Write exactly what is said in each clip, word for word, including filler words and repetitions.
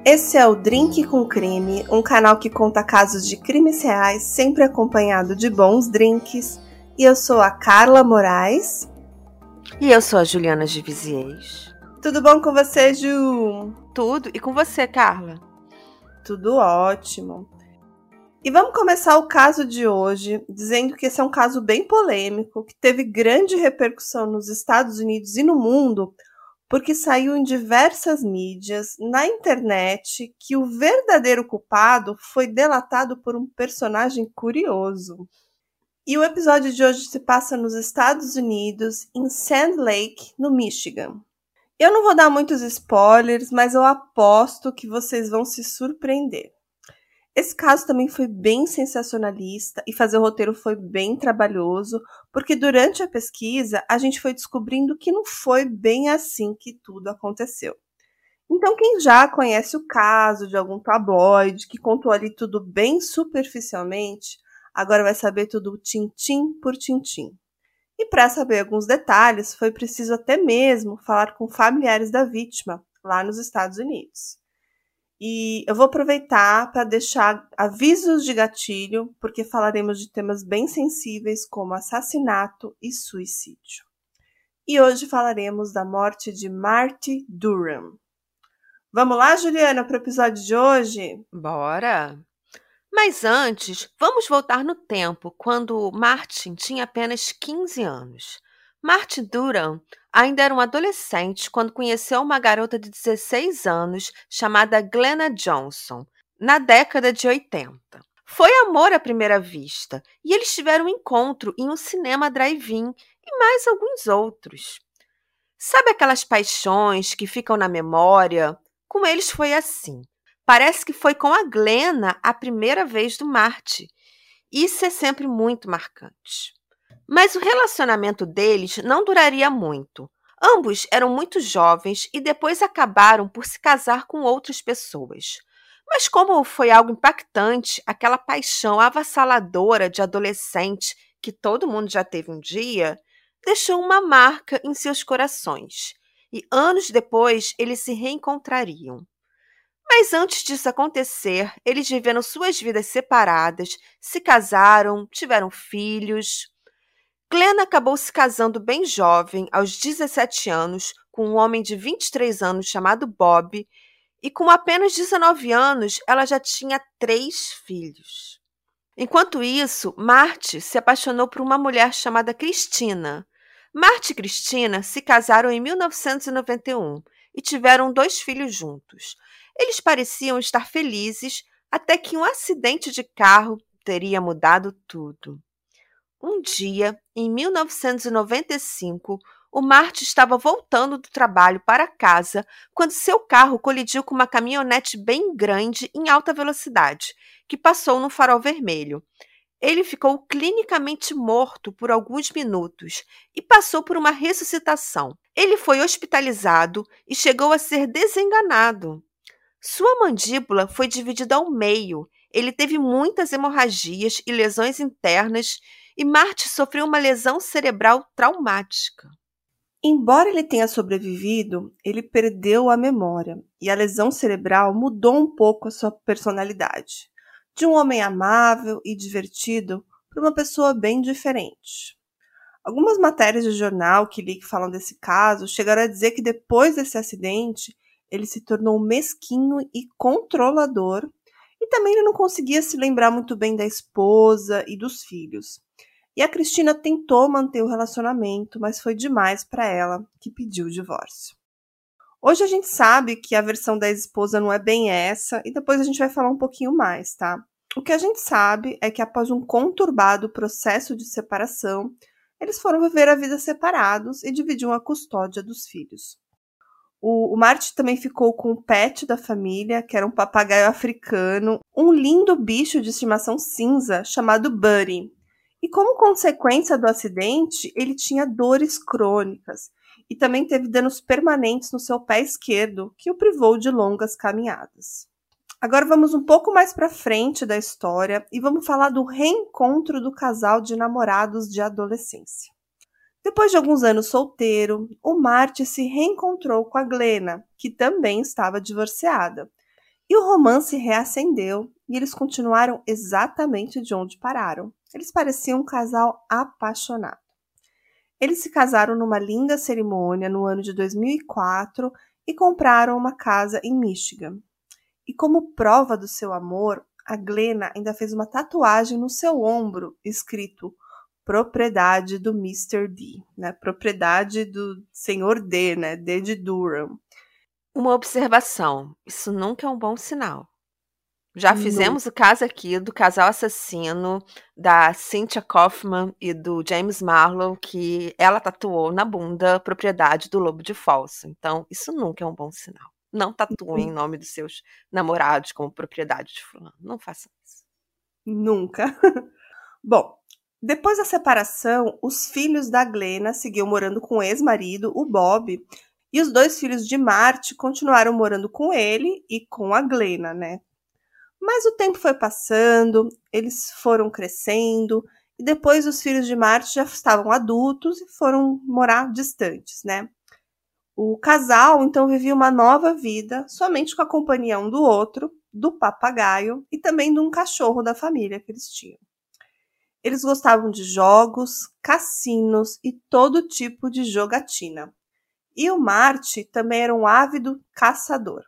Esse é o Drink com Crime, um canal que conta casos de crimes reais, sempre acompanhado de bons drinks. E eu sou a Carla Moraes. E eu sou a Juliana de Viziers. Tudo bom com você, Ju? Tudo. E com você, Carla? Tudo ótimo. E vamos começar o caso de hoje dizendo que esse é um caso bem polêmico, que teve grande repercussão nos Estados Unidos e no mundo, porque saiu em diversas mídias, na internet, que o verdadeiro culpado foi delatado por um personagem curioso. E o episódio de hoje se passa nos Estados Unidos, em Sand Lake, no Michigan. Eu não vou dar muitos spoilers, mas eu aposto que vocês vão se surpreender. Esse caso também foi bem sensacionalista e fazer o roteiro foi bem trabalhoso, porque durante a pesquisa a gente foi descobrindo que não foi bem assim que tudo aconteceu. Então quem já conhece o caso de algum tabloide que contou ali tudo bem superficialmente, agora vai saber tudo tintim por tintim. E para saber alguns detalhes, foi preciso até mesmo falar com familiares da vítima, lá nos Estados Unidos. E eu vou aproveitar para deixar avisos de gatilho, porque falaremos de temas bem sensíveis como assassinato e suicídio. E hoje falaremos da morte de Marty Duran. Vamos lá, Juliana, para o episódio de hoje? Bora! Mas antes, vamos voltar no tempo, quando Martin tinha apenas quinze anos. Marty Duran ainda era um adolescente quando conheceu uma garota de dezesseis anos chamada Glenna Johnson, na década de oitenta. Foi amor à primeira vista e eles tiveram um encontro em um cinema drive-in e mais alguns outros. Sabe aquelas paixões que ficam na memória? Com eles foi assim. Parece que foi com a Glenna a primeira vez do Marty. Isso é sempre muito marcante. Mas o relacionamento deles não duraria muito. Ambos eram muito jovens e depois acabaram por se casar com outras pessoas. Mas como foi algo impactante, aquela paixão avassaladora de adolescente que todo mundo já teve um dia, deixou uma marca em seus corações. E anos depois eles se reencontrariam. Mas antes disso acontecer, eles viveram suas vidas separadas, se casaram, tiveram filhos. Glenna acabou se casando bem jovem, aos dezessete anos, com um homem de vinte e três anos chamado Bob, e com apenas dezenove anos, ela já tinha três filhos. Enquanto isso, Marty se apaixonou por uma mulher chamada Cristina. Marty e Cristina se casaram em mil novecentos e noventa e um e tiveram dois filhos juntos. Eles pareciam estar felizes, até que um acidente de carro teria mudado tudo. Um dia, em mil novecentos e noventa e cinco, o Marty estava voltando do trabalho para casa quando seu carro colidiu com uma caminhonete bem grande em alta velocidade, que passou no farol vermelho. Ele ficou clinicamente morto por alguns minutos e passou por uma ressuscitação. Ele foi hospitalizado e chegou a ser desenganado. Sua mandíbula foi dividida ao meio. Ele teve muitas hemorragias e lesões internas e Marty sofreu uma lesão cerebral traumática. Embora ele tenha sobrevivido, ele perdeu a memória e a lesão cerebral mudou um pouco a sua personalidade. De um homem amável e divertido para uma pessoa bem diferente. Algumas matérias de jornal que li que falam desse caso chegaram a dizer que depois desse acidente ele se tornou mesquinho e controlador e também ele não conseguia se lembrar muito bem da esposa e dos filhos. E a Cristina tentou manter o relacionamento, mas foi demais para ela, que pediu o divórcio. Hoje a gente sabe que a versão da ex-esposa não é bem essa, e depois a gente vai falar um pouquinho mais, tá? O que a gente sabe é que após um conturbado processo de separação, eles foram viver a vida separados e dividiam a custódia dos filhos. O, o Marty também ficou com o pet da família, que era um papagaio africano, um lindo bicho de estimação cinza chamado Buddy. E como consequência do acidente, ele tinha dores crônicas e também teve danos permanentes no seu pé esquerdo, que o privou de longas caminhadas. Agora vamos um pouco mais para frente da história e vamos falar do reencontro do casal de namorados de adolescência. Depois de alguns anos solteiro, o Marty se reencontrou com a Glenna, que também estava divorciada. E o romance reacendeu e eles continuaram exatamente de onde pararam. Eles pareciam um casal apaixonado. Eles se casaram numa linda cerimônia no ano de dois mil e quatro e compraram uma casa em Michigan. E como prova do seu amor, a Glenna ainda fez uma tatuagem no seu ombro escrito propriedade do mister D, né? Propriedade do senhor D, né? D de Durham. Uma observação, isso nunca é um bom sinal. Já Não. fizemos o caso aqui do casal assassino da Cynthia Kaufman e do James Marlowe, que ela tatuou na bunda propriedade do Lobo de Falso. Então, isso nunca é um bom sinal. Não tatuem em nome dos seus namorados como propriedade de fulano. Não façam isso. Nunca. Bom, depois da separação, os filhos da Glenna seguiam morando com o ex-marido, o Bob, e os dois filhos de Marty continuaram morando com ele e com a Glenna, né? Mas o tempo foi passando, eles foram crescendo, e depois os filhos de Marty já estavam adultos e foram morar distantes, né? O casal, então, vivia uma nova vida, somente com a companhia um do outro, do papagaio e também de um cachorro da família que eles tinham. Eles gostavam de jogos, cassinos e todo tipo de jogatina. E o Marty também era um ávido caçador.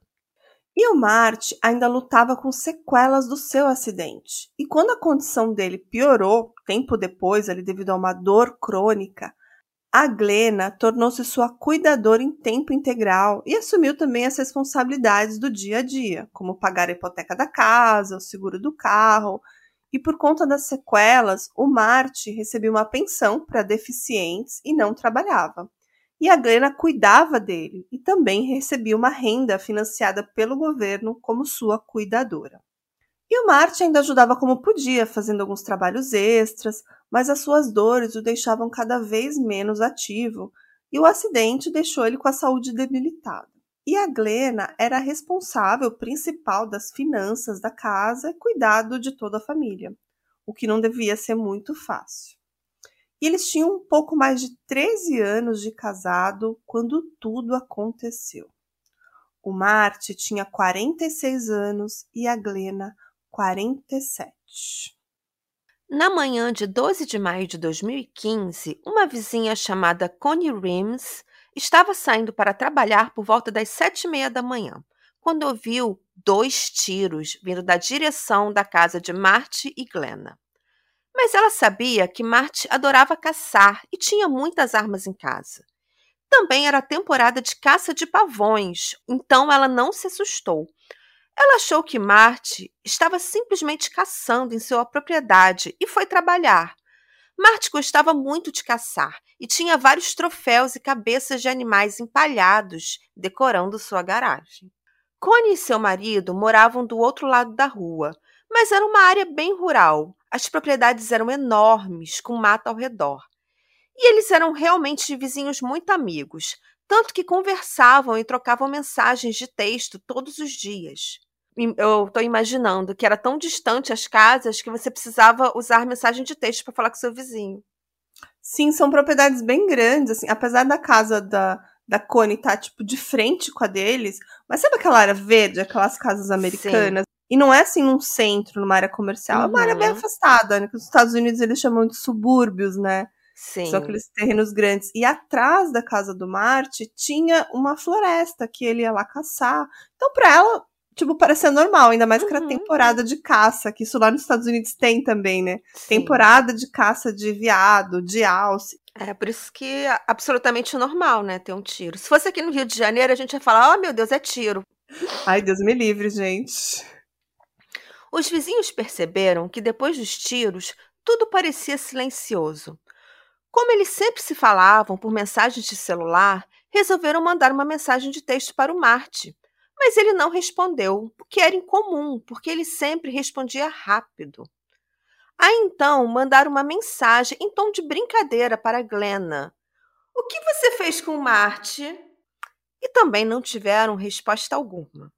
E o Marty ainda lutava com sequelas do seu acidente. E quando a condição dele piorou, tempo depois, ali devido a uma dor crônica, a Glenna tornou-se sua cuidadora em tempo integral e assumiu também as responsabilidades do dia a dia, como pagar a hipoteca da casa, o seguro do carro. E por conta das sequelas, o Marty recebia uma pensão para deficientes e não trabalhava. E a Glenna cuidava dele e também recebia uma renda financiada pelo governo como sua cuidadora. E o Marty ainda ajudava como podia, fazendo alguns trabalhos extras, mas as suas dores o deixavam cada vez menos ativo e o acidente deixou ele com a saúde debilitada. E a Glenna era a responsável principal das finanças da casa e cuidado de toda a família, o que não devia ser muito fácil. E eles tinham um pouco mais de treze anos de casado quando tudo aconteceu. O Marty tinha quarenta e seis anos e a Glenna quarenta e sete. Na manhã de doze de maio de dois mil e quinze, uma vizinha chamada Connie Rims estava saindo para trabalhar por volta das sete e meia da manhã, quando ouviu dois tiros vindo da direção da casa de Marty e Glenna. Mas ela sabia que Marty adorava caçar e tinha muitas armas em casa. Também era temporada de caça de pavões, então ela não se assustou. Ela achou que Marty estava simplesmente caçando em sua propriedade e foi trabalhar. Marty gostava muito de caçar e tinha vários troféus e cabeças de animais empalhados decorando sua garagem. Connie e seu marido moravam do outro lado da rua, mas era uma área bem rural. As propriedades eram enormes, com mata ao redor. E eles eram realmente vizinhos muito amigos, tanto que conversavam e trocavam mensagens de texto todos os dias. Eu estou imaginando que era tão distante as casas que você precisava usar mensagem de texto para falar com seu vizinho. Sim, são propriedades bem grandes, assim, apesar da casa da, da Connie estar, tipo, de frente com a deles, mas sabe aquela área verde, aquelas casas americanas? Sim. E não é assim num centro, numa área comercial, uhum. É uma área bem afastada, né? Que os Estados Unidos eles chamam de subúrbios, né? Sim. São aqueles terrenos grandes. E atrás da casa do Marty tinha uma floresta que ele ia lá caçar. Então, para ela, tipo, parecia normal, ainda mais que era uhum. temporada de caça, que isso lá nos Estados Unidos tem também, né? Sim. Temporada de caça de veado, de alce. É por isso que é absolutamente normal, né, ter um tiro. Se fosse aqui no Rio de Janeiro, a gente ia falar, oh, meu Deus, é tiro. Ai, Deus me livre, gente. Os vizinhos perceberam que depois dos tiros, tudo parecia silencioso. Como eles sempre se falavam por mensagens de celular, resolveram mandar uma mensagem de texto para o Marty. Mas ele não respondeu, o que era incomum, porque ele sempre respondia rápido. Aí então mandaram uma mensagem em tom de brincadeira para Glenna. O que você fez com o Marty? E também não tiveram resposta alguma.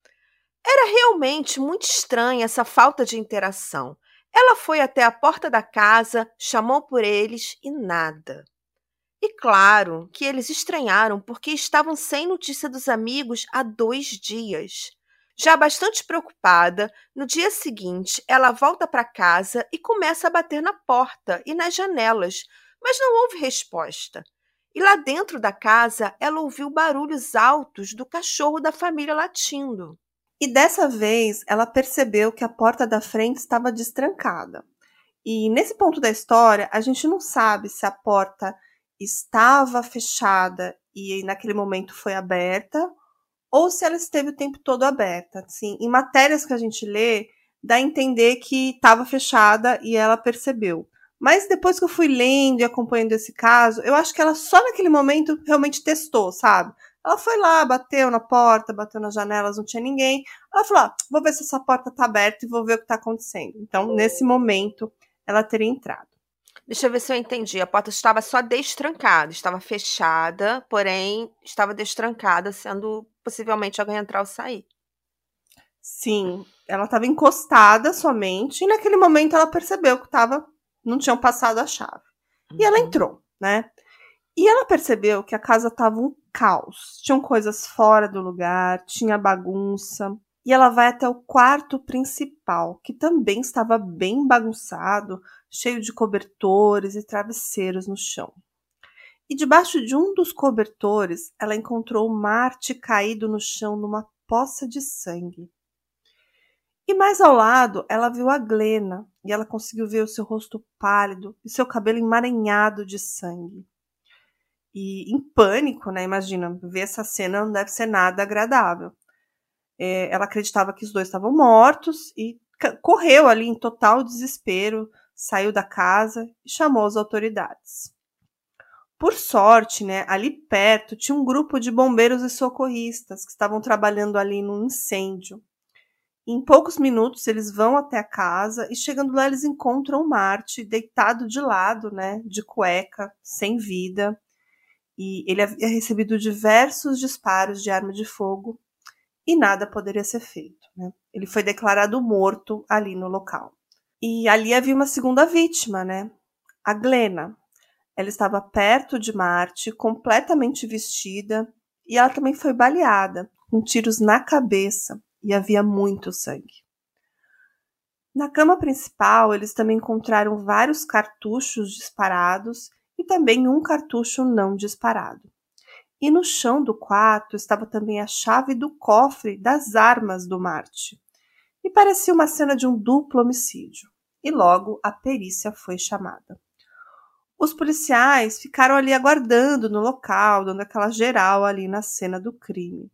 Era realmente muito estranha essa falta de interação. Ela foi até a porta da casa, chamou por eles e nada. E claro que eles estranharam porque estavam sem notícia dos amigos há dois dias. Já bastante preocupada, no dia seguinte ela volta para casa e começa a bater na porta e nas janelas, mas não houve resposta. E lá dentro da casa ela ouviu barulhos altos do cachorro da família latindo. E dessa vez ela percebeu que a porta da frente estava destrancada. E nesse ponto da história, a gente não sabe se a porta estava fechada e naquele momento foi aberta, ou se ela esteve o tempo todo aberta. Assim, em matérias que a gente lê, dá a entender que estava fechada e ela percebeu. Mas depois que eu fui lendo e acompanhando esse caso, eu acho que ela só naquele momento realmente testou, sabe? Ela foi lá, bateu na porta, bateu nas janelas, não tinha ninguém. Ela falou, ah, vou ver se essa porta está aberta e vou ver o que está acontecendo. Então, nesse momento, ela teria entrado. Deixa eu ver se eu entendi. A porta estava só destrancada, estava fechada, porém estava destrancada, sendo possivelmente alguém entrar ou sair. Sim, ela estava encostada somente e naquele momento ela percebeu que tava, não tinham passado a chave. E ela entrou, né? E ela percebeu que a casa estava um caos. Tinham coisas fora do lugar, tinha bagunça. E ela vai até o quarto principal, que também estava bem bagunçado, cheio de cobertores e travesseiros no chão. E debaixo de um dos cobertores, ela encontrou Marte caído no chão numa poça de sangue. E mais ao lado, ela viu a Glena, e ela conseguiu ver o seu rosto pálido e seu cabelo emaranhado de sangue. E em pânico, né? Imagina, ver essa cena não deve ser nada agradável. É, ela acreditava que os dois estavam mortos e correu ali em total desespero, saiu da casa e chamou as autoridades. Por sorte, né, ali perto tinha um grupo de bombeiros e socorristas que estavam trabalhando ali num incêndio. Em poucos minutos eles vão até a casa e chegando lá eles encontram o Marte deitado de lado, né, de cueca, sem vida. E ele havia recebido diversos disparos de arma de fogo e nada poderia ser feito, né? Ele foi declarado morto ali no local. E ali havia uma segunda vítima, né? A Glena. Ela estava perto de Marte, completamente vestida, e ela também foi baleada, com tiros na cabeça, e havia muito sangue. Na cama principal, eles também encontraram vários cartuchos disparados e também um cartucho não disparado. E no chão do quarto estava também a chave do cofre das armas do Marte. E parecia uma cena de um duplo homicídio. E logo a perícia foi chamada. Os policiais ficaram ali aguardando no local, dando aquela geral ali na cena do crime.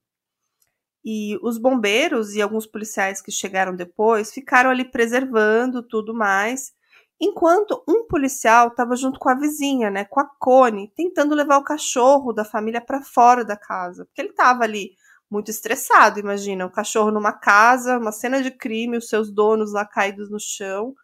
E os bombeiros e alguns policiais que chegaram depois ficaram ali preservando tudo mais, enquanto um policial estava junto com a vizinha, né, com a Connie, tentando levar o cachorro da família para fora da casa, porque ele estava ali muito estressado, imagina, o cachorro numa casa, uma cena de crime, os seus donos lá caídos no chão,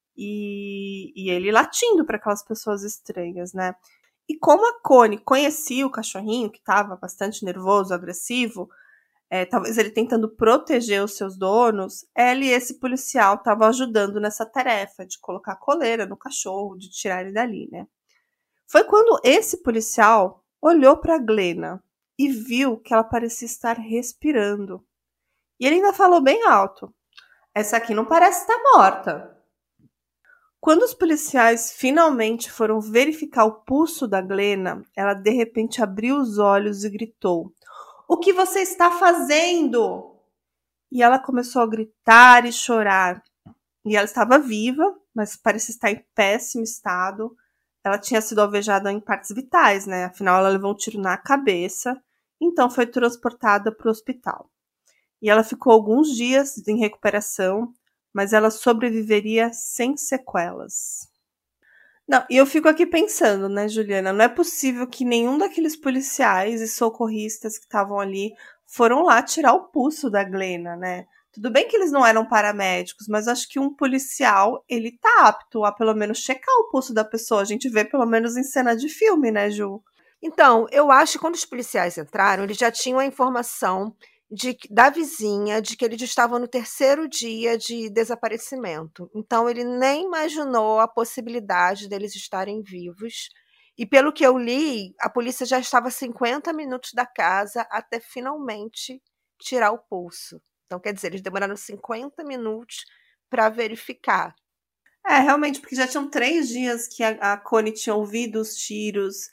e, e ele latindo para aquelas pessoas estranhas, né? E como a Connie conhecia o cachorrinho, que estava bastante nervoso, agressivo, É, talvez ele tentando proteger os seus donos, ela e esse policial estavam ajudando nessa tarefa de colocar a coleira no cachorro, de tirar ele dali, né? Foi quando esse policial olhou para a Glena e viu que ela parecia estar respirando. E ele ainda falou bem alto: essa aqui não parece estar morta. Quando os policiais finalmente foram verificar o pulso da Glena, ela de repente abriu os olhos e gritou: o que você está fazendo? E ela começou a gritar e chorar. E ela estava viva, mas parecia estar em péssimo estado. Ela tinha sido alvejada em partes vitais, né? Afinal, ela levou um tiro na cabeça. Então, foi transportada para o hospital. E ela ficou alguns dias em recuperação, mas ela sobreviveria sem sequelas. Não, e eu fico aqui pensando, né, Juliana, não é possível que nenhum daqueles policiais e socorristas que estavam ali foram lá tirar o pulso da Glena, né? Tudo bem que eles não eram paramédicos, mas acho que um policial, ele tá apto a pelo menos checar o pulso da pessoa. A gente vê pelo menos em cena de filme, né, Ju? Então, eu acho que quando os policiais entraram, eles já tinham a informação de, da vizinha de que eles estavam no terceiro dia de desaparecimento. Então, ele nem imaginou a possibilidade deles estarem vivos. E pelo que eu li, a polícia já estava a cinquenta minutos da casa até finalmente tirar o pulso. Então, quer dizer, eles demoraram cinquenta minutos para verificar. É, realmente, porque já tinham três dias que a, a Connie tinha ouvido os tiros.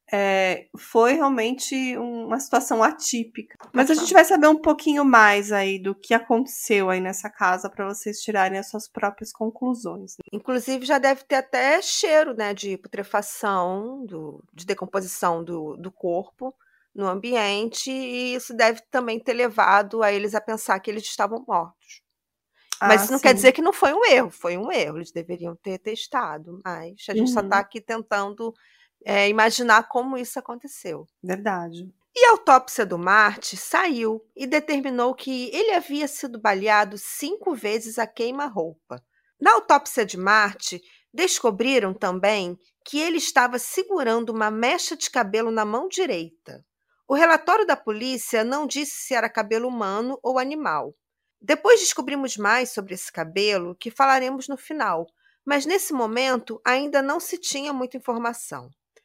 É, foi realmente uma situação atípica. Mas a gente vai saber um pouquinho mais aí do que aconteceu aí nessa casa para vocês tirarem as suas próprias conclusões. Inclusive, já deve ter até cheiro, né, de putrefação, do, de decomposição do, do corpo no ambiente, e isso deve também ter levado a eles a pensar que eles estavam mortos. Mas Ah, isso não sim. quer dizer que não foi um erro, foi um erro, eles deveriam ter testado, mas a gente só Uhum. está aqui tentando é, imaginar como isso aconteceu. Verdade. E a autópsia do Marty saiu e determinou que ele havia sido baleado cinco vezes a queima-roupa. Na autópsia de Marty, descobriram também que ele estava segurando uma mecha de cabelo na mão direita. O relatório da polícia não disse se era cabelo humano ou animal. Depois descobrimos mais sobre esse cabelo, que falaremos no final, mas nesse momento ainda não se tinha muita informação.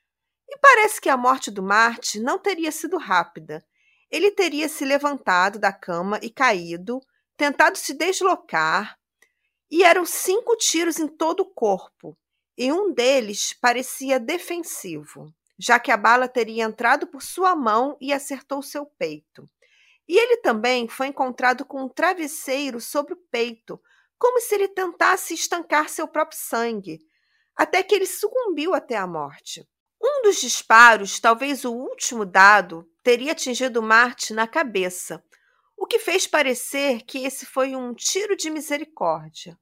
E parece que a morte do Marty não teria sido rápida. Ele teria se levantado da cama e caído, tentado se deslocar, e eram cinco tiros em todo o corpo, e um deles parecia defensivo, já que a bala teria entrado por sua mão e acertou seu peito. E ele também foi encontrado com um travesseiro sobre o peito, como se ele tentasse estancar seu próprio sangue, até que ele sucumbiu até a morte. Um dos disparos, talvez o último dado, teria atingido Marty na cabeça, o que fez parecer que esse foi um tiro de misericórdia.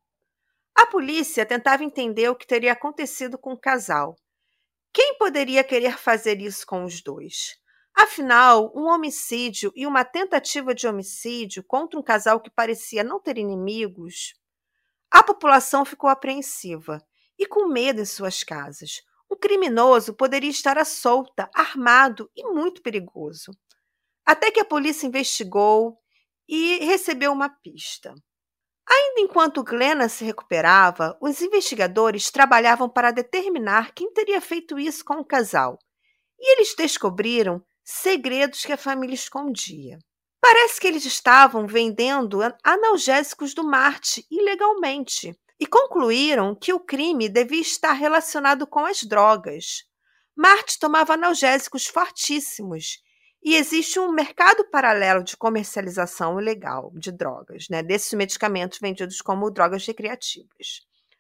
A polícia tentava entender o que teria acontecido com o casal. Quem poderia querer fazer isso com os dois? Afinal, um homicídio e uma tentativa de homicídio contra um casal que parecia não ter inimigos. A população ficou apreensiva e com medo em suas casas. Um criminoso poderia estar à solta, armado e muito perigoso. Até que a polícia investigou e recebeu uma pista. Ainda enquanto Glenna se recuperava, os investigadores trabalhavam para determinar quem teria feito isso com o casal. E eles descobriram segredos que a família escondia. Parece que eles estavam vendendo analgésicos do Marty ilegalmente e concluíram que o crime devia estar relacionado com as drogas. Marty tomava analgésicos fortíssimos e existe um mercado paralelo de comercialização ilegal de drogas, né, desses medicamentos vendidos como drogas recreativas.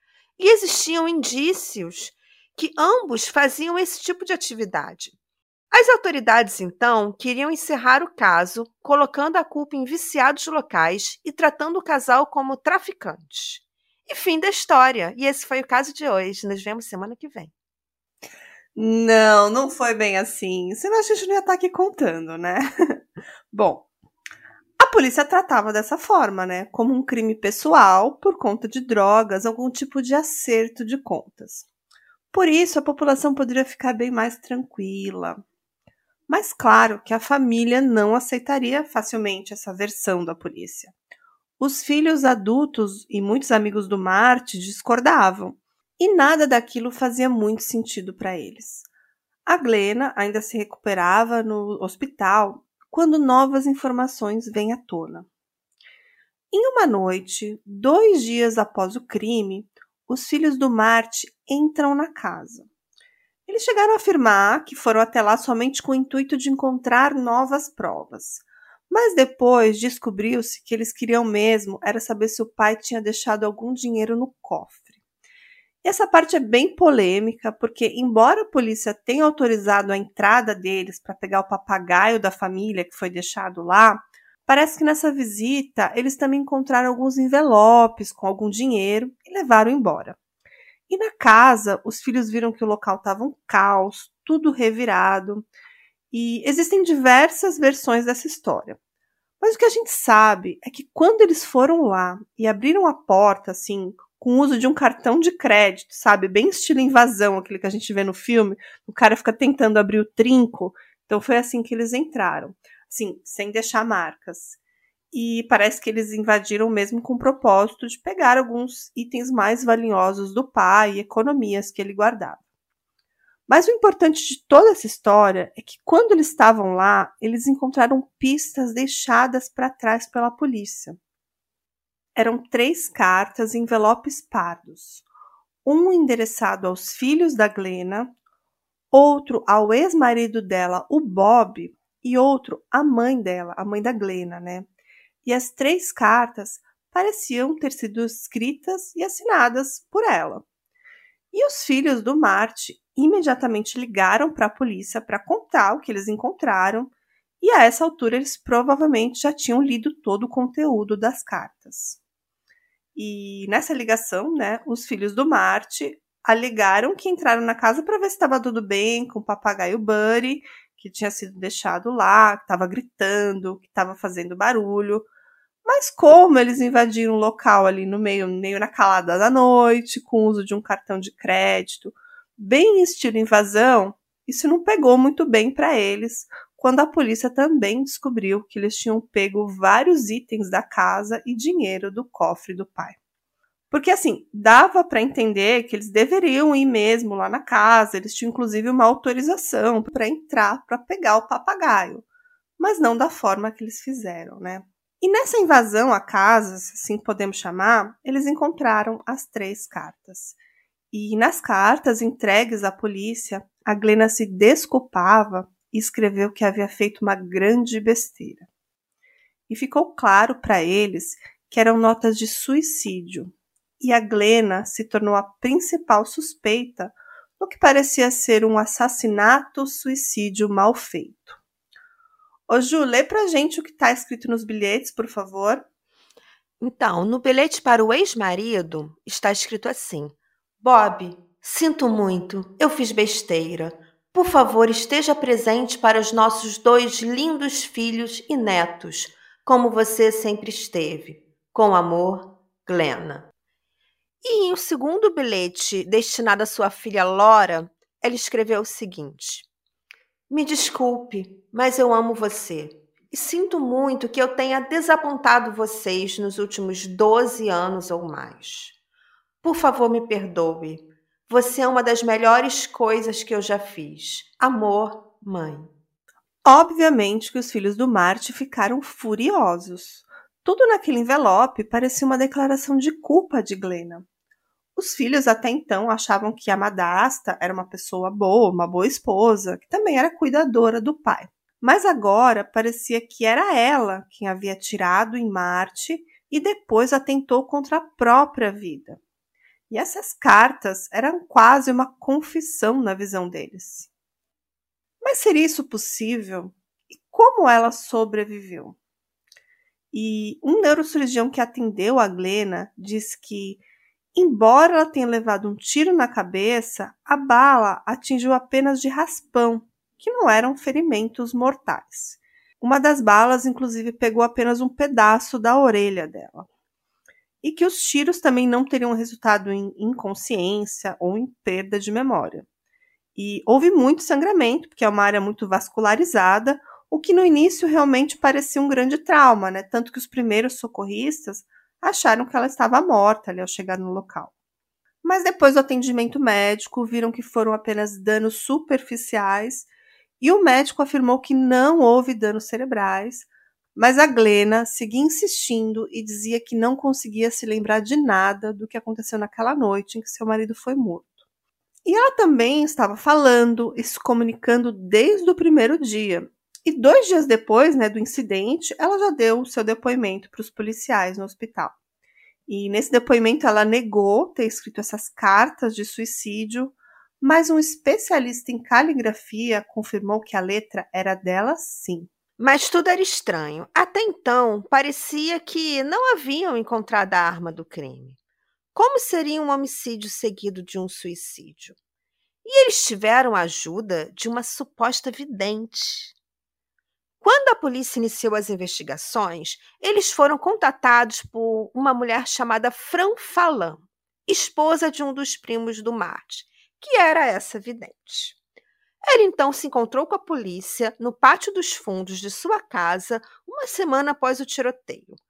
E existiam indícios que ambos faziam esse tipo de atividade. As autoridades, então, queriam encerrar o caso, colocando a culpa em viciados locais e tratando o casal como traficantes. E fim da história. E esse foi o caso de hoje. Nos vemos semana que vem. Não, não foi bem assim. Senão a gente não ia estar aqui contando, né? Bom, a polícia tratava dessa forma, né? Como um crime pessoal por conta de drogas, algum tipo de acerto de contas. Por isso, a população poderia ficar bem mais tranquila. Mas claro que a família não aceitaria facilmente essa versão da polícia. Os filhos adultos e muitos amigos do Marty discordavam, e nada daquilo fazia muito sentido para eles. A Glenna ainda se recuperava no hospital quando novas informações vêm à tona. Em uma noite, dois dias após o crime, os filhos do Marty entram na casa. Eles chegaram a afirmar que foram até lá somente com o intuito de encontrar novas provas. Mas depois descobriu-se que eles queriam mesmo era saber se o pai tinha deixado algum dinheiro no cofre. E essa parte é bem polêmica, porque embora a polícia tenha autorizado a entrada deles para pegar o papagaio da família que foi deixado lá, parece que nessa visita eles também encontraram alguns envelopes com algum dinheiro e levaram embora. E na casa, os filhos viram que o local estava um caos, tudo revirado, e existem diversas versões dessa história. Mas o que a gente sabe é que quando eles foram lá e abriram a porta, assim, com o uso de um cartão de crédito, sabe? Bem estilo invasão, aquele que a gente vê no filme, o cara fica tentando abrir o trinco. Então foi assim que eles entraram, assim, sem deixar marcas. E parece que eles invadiram mesmo com o propósito de pegar alguns itens mais valiosos do pai e economias que ele guardava. Mas o importante de toda essa história é que quando eles estavam lá, eles encontraram pistas deixadas para trás pela polícia. Eram três cartas em envelopes pardos. Um endereçado aos filhos da Glenna, outro ao ex-marido dela, o Bob, e outro à mãe dela, a mãe da Glenna, né? E as três cartas pareciam ter sido escritas e assinadas por ela. E os filhos do Marty imediatamente ligaram para a polícia para contar o que eles encontraram, e a essa altura eles provavelmente já tinham lido todo o conteúdo das cartas. E nessa ligação, né, os filhos do Marty alegaram que entraram na casa para ver se estava tudo bem com o papagaio Buddy, que tinha sido deixado lá, que estava gritando, que estava fazendo barulho. Mas como eles invadiram um local ali no meio, meio na calada da noite, com o uso de um cartão de crédito, bem estilo invasão, isso não pegou muito bem para eles, quando a polícia também descobriu que eles tinham pego vários itens da casa e dinheiro do cofre do pai. Porque assim, dava para entender que eles deveriam ir mesmo lá na casa, eles tinham inclusive uma autorização para entrar, para pegar o papagaio, mas não da forma que eles fizeram, né? E nessa invasão à casa, se assim podemos chamar, eles encontraram as três cartas. E nas cartas entregues à polícia, a Glenna se desculpava e escreveu que havia feito uma grande besteira. E ficou claro para eles que eram notas de suicídio. E a Glenna se tornou a principal suspeita no que parecia ser um assassinato-suicídio mal feito. Ô Ju, lê pra gente o que está escrito nos bilhetes, por favor. Então, no bilhete para o ex-marido está escrito assim: Bob, sinto muito, eu fiz besteira. Por favor, esteja presente para os nossos dois lindos filhos e netos, como você sempre esteve. Com amor, Glenna. E em o segundo bilhete, destinado à sua filha Laura, ela escreveu o seguinte: Me desculpe, mas eu amo você. E sinto muito que eu tenha desapontado vocês nos últimos doze anos ou mais. Por favor, me perdoe. Você é uma das melhores coisas que eu já fiz. Amor, mãe. Obviamente que os filhos do Marty ficaram furiosos. Tudo naquele envelope parecia uma declaração de culpa de Glenna. Os filhos até então achavam que a madrasta era uma pessoa boa, uma boa esposa, que também era cuidadora do pai. Mas agora parecia que era ela quem havia atirado em Marty e depois atentou contra a própria vida. E essas cartas eram quase uma confissão na visão deles. Mas seria isso possível? E como ela sobreviveu? E um neurocirurgião que atendeu a Glenna disse que, embora ela tenha levado um tiro na cabeça, a bala atingiu apenas de raspão, que não eram ferimentos mortais. Uma das balas, inclusive, pegou apenas um pedaço da orelha dela. E que os tiros também não teriam resultado em inconsciência ou em perda de memória. E houve muito sangramento, porque é uma área muito vascularizada, o que no início realmente parecia um grande trauma, né? Tanto que os primeiros socorristas acharam que ela estava morta ali ao chegar no local. Mas depois do atendimento médico, viram que foram apenas danos superficiais e o médico afirmou que não houve danos cerebrais, mas a Glenna seguia insistindo e dizia que não conseguia se lembrar de nada do que aconteceu naquela noite em que seu marido foi morto. E ela também estava falando e se comunicando desde o primeiro dia. E dois dias depois, né, do incidente, ela já deu o seu depoimento para os policiais no hospital. E nesse depoimento ela negou ter escrito essas cartas de suicídio, mas um especialista em caligrafia confirmou que a letra era dela sim. Mas tudo era estranho. Até então, parecia que não haviam encontrado a arma do crime. Como seria um homicídio seguido de um suicídio? E eles tiveram a ajuda de uma suposta vidente. Quando a polícia iniciou as investigações, eles foram contatados por uma mulher chamada Fran Falan, esposa de um dos primos do Marty, que era essa vidente. Ela então se encontrou com a polícia no pátio dos fundos de sua casa uma semana após o tiroteio.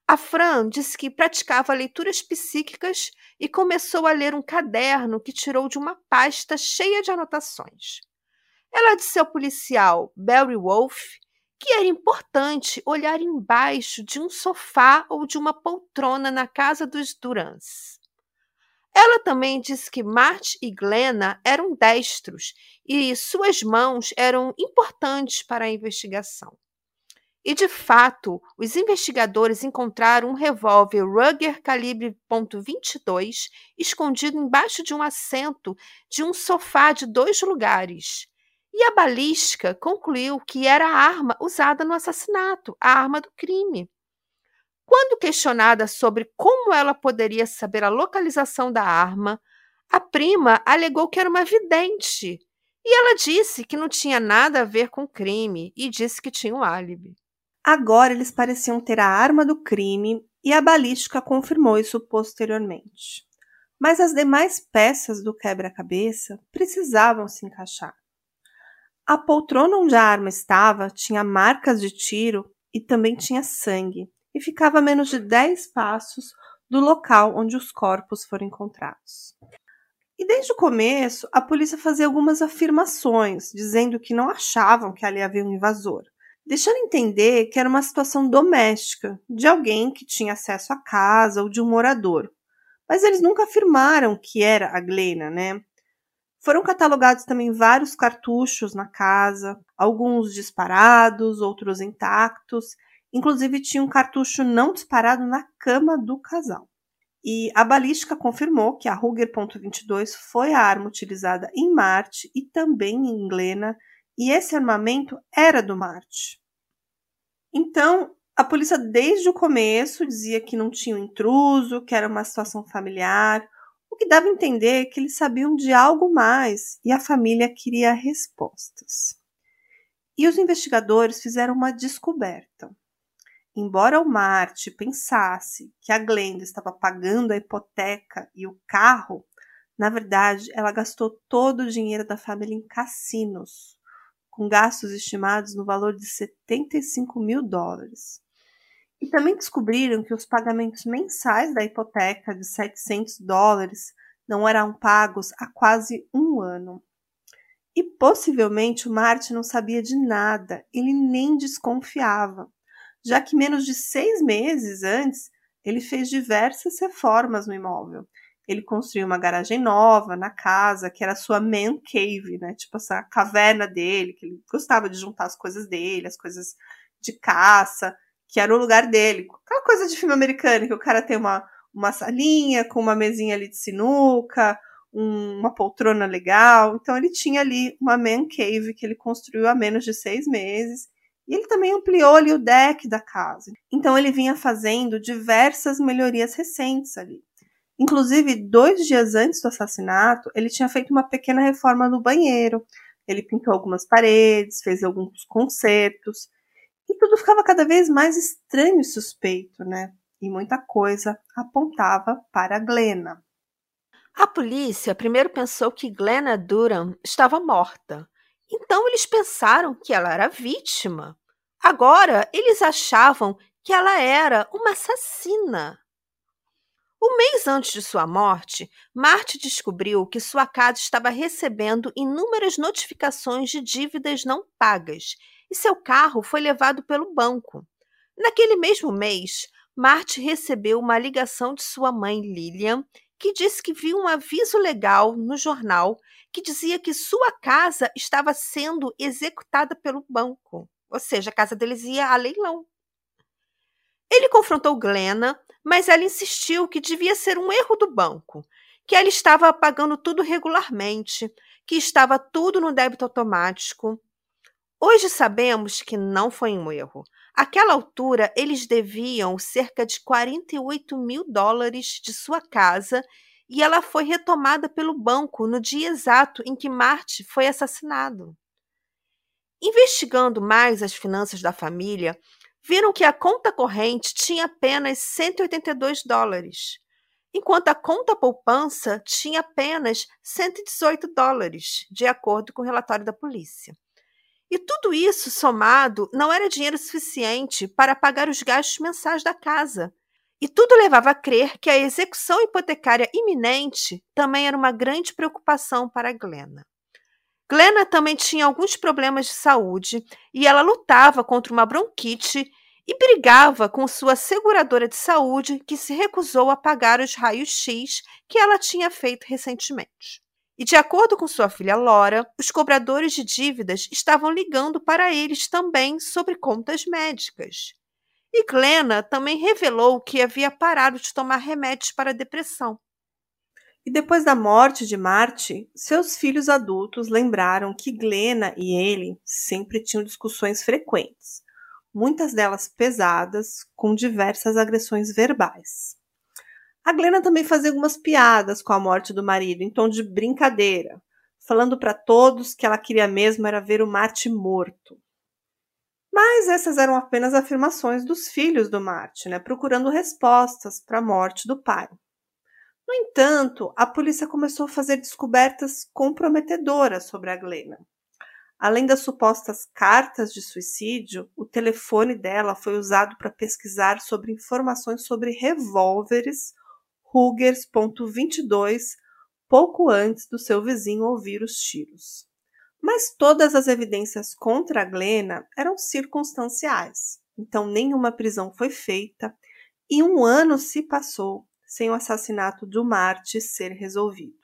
A Fran disse que praticava leituras psíquicas e começou a ler um caderno que tirou de uma pasta cheia de anotações. Ela disse ao policial Barry Wolf que era importante olhar embaixo de um sofá ou de uma poltrona na casa dos Durans. Ela também disse que Marty e Glenna eram destros e suas mãos eram importantes para a investigação. E, de fato, os investigadores encontraram um revólver Ruger calibre ponto vinte e dois escondido embaixo de um assento de um sofá de dois lugares. E a balística concluiu que era a arma usada no assassinato, a arma do crime. Quando questionada sobre como ela poderia saber a localização da arma, a prima alegou que era uma vidente. E ela disse que não tinha nada a ver com o crime e disse que tinha um álibi. Agora eles pareciam ter a arma do crime e a balística confirmou isso posteriormente. Mas as demais peças do quebra-cabeça precisavam se encaixar. A poltrona onde a arma estava tinha marcas de tiro e também tinha sangue, e ficava a menos de dez passos do local onde os corpos foram encontrados. E desde o começo, a polícia fazia algumas afirmações, dizendo que não achavam que ali havia um invasor, deixando entender que era uma situação doméstica, de alguém que tinha acesso à casa ou de um morador. Mas eles nunca afirmaram que era a Glenna, né? Foram catalogados também vários cartuchos na casa, alguns disparados, outros intactos. Inclusive tinha um cartucho não disparado na cama do casal. E a balística confirmou que a Ruger ponto vinte e dois foi a arma utilizada em Marty e também em Glenna, e esse armamento era do Marty. Então, a polícia desde o começo dizia que não tinha um intruso, que era uma situação familiar, o que dava a entender que eles sabiam de algo mais e a família queria respostas. E os investigadores fizeram uma descoberta. Embora o Marty pensasse que a Glenda estava pagando a hipoteca e o carro, na verdade ela gastou todo o dinheiro da família em cassinos, com gastos estimados no valor de setenta e cinco mil dólares. E também descobriram que os pagamentos mensais da hipoteca de setecentos dólares não eram pagos há quase um ano. E possivelmente o Marty não sabia de nada, ele nem desconfiava, já que menos de seis meses antes ele fez diversas reformas no imóvel. Ele construiu uma garagem nova na casa, que era a sua man cave, né? Tipo essa caverna dele, que ele gostava de juntar as coisas dele, as coisas de caça, que era o lugar dele. Aquela coisa de filme americano, que o cara tem uma, uma salinha com uma mesinha ali de sinuca, um, uma poltrona legal. Então ele tinha ali uma man cave que ele construiu há menos de seis meses. E ele também ampliou ali o deck da casa. Então ele vinha fazendo diversas melhorias recentes ali. Inclusive, dois dias antes do assassinato, ele tinha feito uma pequena reforma no banheiro. Ele pintou algumas paredes, fez alguns consertos. E tudo ficava cada vez mais estranho e suspeito, né? E muita coisa apontava para a Glenna. A polícia primeiro pensou que Glenna Duran estava morta. Então eles pensaram que ela era vítima. Agora eles achavam que ela era uma assassina. Um mês antes de sua morte, Marty descobriu que sua casa estava recebendo inúmeras notificações de dívidas não pagas e seu carro foi levado pelo banco. Naquele mesmo mês, Marty recebeu uma ligação de sua mãe, Lillian, que disse que viu um aviso legal no jornal que dizia que sua casa estava sendo executada pelo banco, ou seja, a casa deles ia a leilão. Ele confrontou Glenna, mas ela insistiu que devia ser um erro do banco, que ela estava pagando tudo regularmente, que estava tudo no débito automático. Hoje sabemos que não foi um erro. Àquela altura, eles deviam cerca de quarenta e oito mil dólares de sua casa e ela foi retomada pelo banco no dia exato em que Marty foi assassinado. Investigando mais as finanças da família, viram que a conta corrente tinha apenas cento e oitenta e dois dólares, enquanto a conta poupança tinha apenas cento e dezoito dólares, de acordo com o relatório da polícia. E tudo isso somado não era dinheiro suficiente para pagar os gastos mensais da casa. E tudo levava a crer que a execução hipotecária iminente também era uma grande preocupação para Glenna. Glenna também tinha alguns problemas de saúde e ela lutava contra uma bronquite e brigava com sua seguradora de saúde, que se recusou a pagar os raios-x que ela tinha feito recentemente. E, de acordo com sua filha Laura, os cobradores de dívidas estavam ligando para eles também sobre contas médicas. E Glenna também revelou que havia parado de tomar remédios para a depressão. E depois da morte de Marty, seus filhos adultos lembraram que Glenna e ele sempre tinham discussões frequentes, muitas delas pesadas, com diversas agressões verbais. A Glenna também fazia algumas piadas com a morte do marido, em tom de brincadeira, falando para todos que ela queria mesmo era ver o Marty morto. Mas essas eram apenas afirmações dos filhos do Marty, né, procurando respostas para a morte do pai. No entanto, a polícia começou a fazer descobertas comprometedoras sobre a Glenna. Além das supostas cartas de suicídio, o telefone dela foi usado para pesquisar sobre informações sobre revólveres Rugers ponto vinte e dois, pouco antes do seu vizinho ouvir os tiros. Mas todas as evidências contra a Glenna eram circunstanciais, então nenhuma prisão foi feita e um ano se passou sem o assassinato do Marty ser resolvido.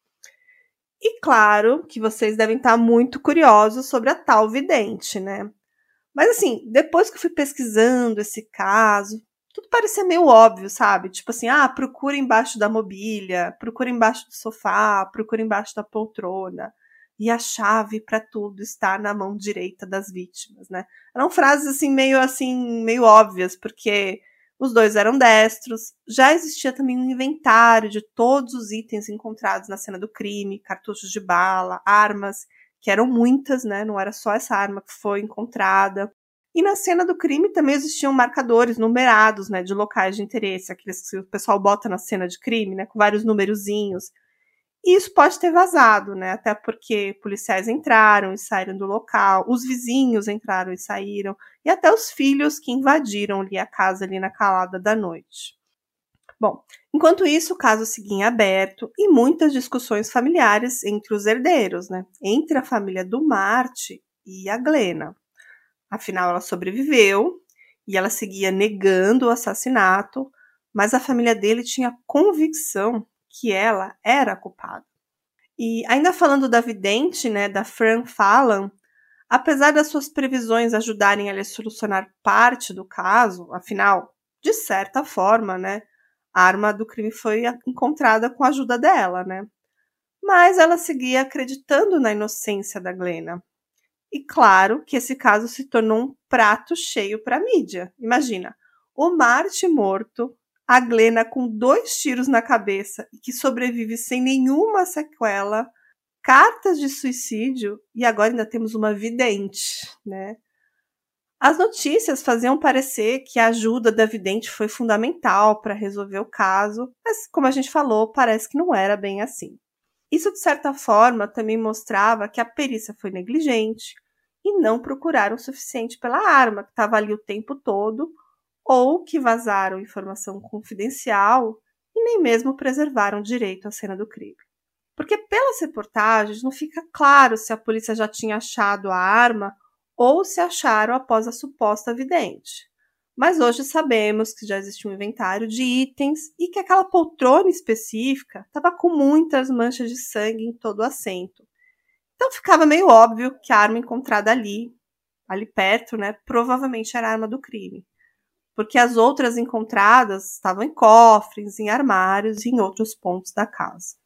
E claro que vocês devem estar muito curiosos sobre a tal vidente, né? Mas assim, depois que eu fui pesquisando esse caso, tudo parecia meio óbvio, sabe? Tipo assim, ah, procura embaixo da mobília, procura embaixo do sofá, procura embaixo da poltrona. E a chave para tudo está na mão direita das vítimas, né? Eram frases assim meio assim, meio óbvias, porque os dois eram destros, já existia também um inventário de todos os itens encontrados na cena do crime, cartuchos de bala, armas, que eram muitas, né? Não era só essa arma que foi encontrada. E na cena do crime também existiam marcadores numerados, né, de locais de interesse, aqueles que o pessoal bota na cena de crime, né, com vários numerozinhos. E isso pode ter vazado, né? Até porque policiais entraram e saíram do local, os vizinhos entraram e saíram, e até os filhos que invadiram ali a casa ali na calada da noite. Bom, enquanto isso, o caso seguia em aberto e muitas discussões familiares entre os herdeiros, né? Entre a família do Marty e a Glenna. Afinal, ela sobreviveu e ela seguia negando o assassinato, mas a família dele tinha convicção que ela era a culpada. E ainda falando da vidente, né, da Fran Fallon, apesar das suas previsões ajudarem ela a solucionar parte do caso, afinal, de certa forma, né, a arma do crime foi encontrada com a ajuda dela, né? Mas ela seguia acreditando na inocência da Glenna. E claro que esse caso se tornou um prato cheio para a mídia. Imagina, o Marty morto, a Glenna com dois tiros na cabeça e que sobrevive sem nenhuma sequela, cartas de suicídio e agora ainda temos uma vidente, né? As notícias faziam parecer que a ajuda da vidente foi fundamental para resolver o caso, mas como a gente falou, parece que não era bem assim. Isso, de certa forma, também mostrava que a perícia foi negligente e não procuraram o suficiente pela arma, que estava ali o tempo todo, ou que vazaram informação confidencial e nem mesmo preservaram direito à cena do crime. Porque pelas reportagens não fica claro se a polícia já tinha achado a arma ou se acharam após a suposta vidente. Mas hoje sabemos que já existe um inventário de itens e que aquela poltrona específica estava com muitas manchas de sangue em todo o assento. Então ficava meio óbvio que a arma encontrada ali, ali perto, né, provavelmente era a arma do crime. Porque as outras encontradas estavam em cofres, em armários e em outros pontos da casa.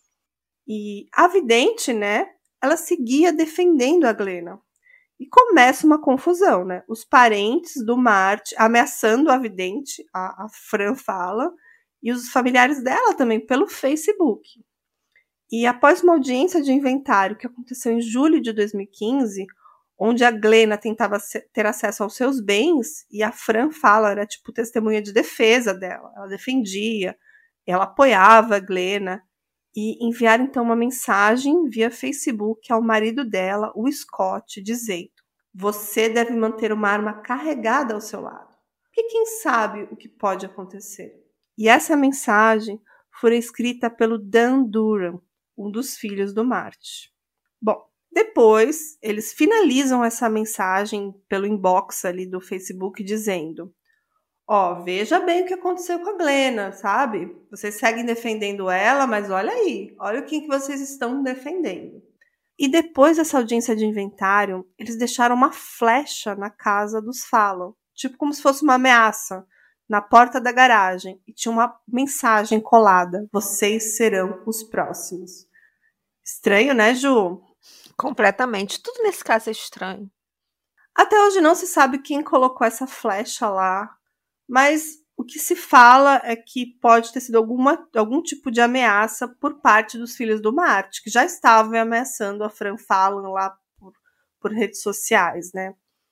E a vidente, né, ela seguia defendendo a Glenna. E começa uma confusão, né? Os parentes do Marty ameaçando a vidente, a, a Fran fala, e os familiares dela também pelo Facebook. E após uma audiência de inventário que aconteceu em julho de dois mil e quinze, onde a Glenna tentava ter acesso aos seus bens, e a Fran fala, era tipo testemunha de defesa dela. Ela defendia, ela apoiava a Glenna, e enviaram então uma mensagem via Facebook ao marido dela, o Scott, dizendo: Você deve manter uma arma carregada ao seu lado, porque quem sabe o que pode acontecer. E essa mensagem foi escrita pelo Dan Durham, um dos filhos do Marty. Bom, depois eles finalizam essa mensagem pelo inbox ali do Facebook dizendo: ó, oh, veja bem o que aconteceu com a Glenna, sabe? Vocês seguem defendendo ela, mas olha aí, olha o que vocês estão defendendo. E depois dessa audiência de inventário, eles deixaram uma flecha na casa dos Fallon, tipo como se fosse uma ameaça, na porta da garagem. E tinha uma mensagem colada: vocês serão os próximos. Estranho, né, Ju? Completamente. Tudo nesse caso é estranho. Até hoje não se sabe quem colocou essa flecha lá, mas o que se fala é que pode ter sido alguma, algum tipo de ameaça por parte dos filhos do Marty, que já estavam ameaçando a Fran Fallon lá por, por redes sociais, né?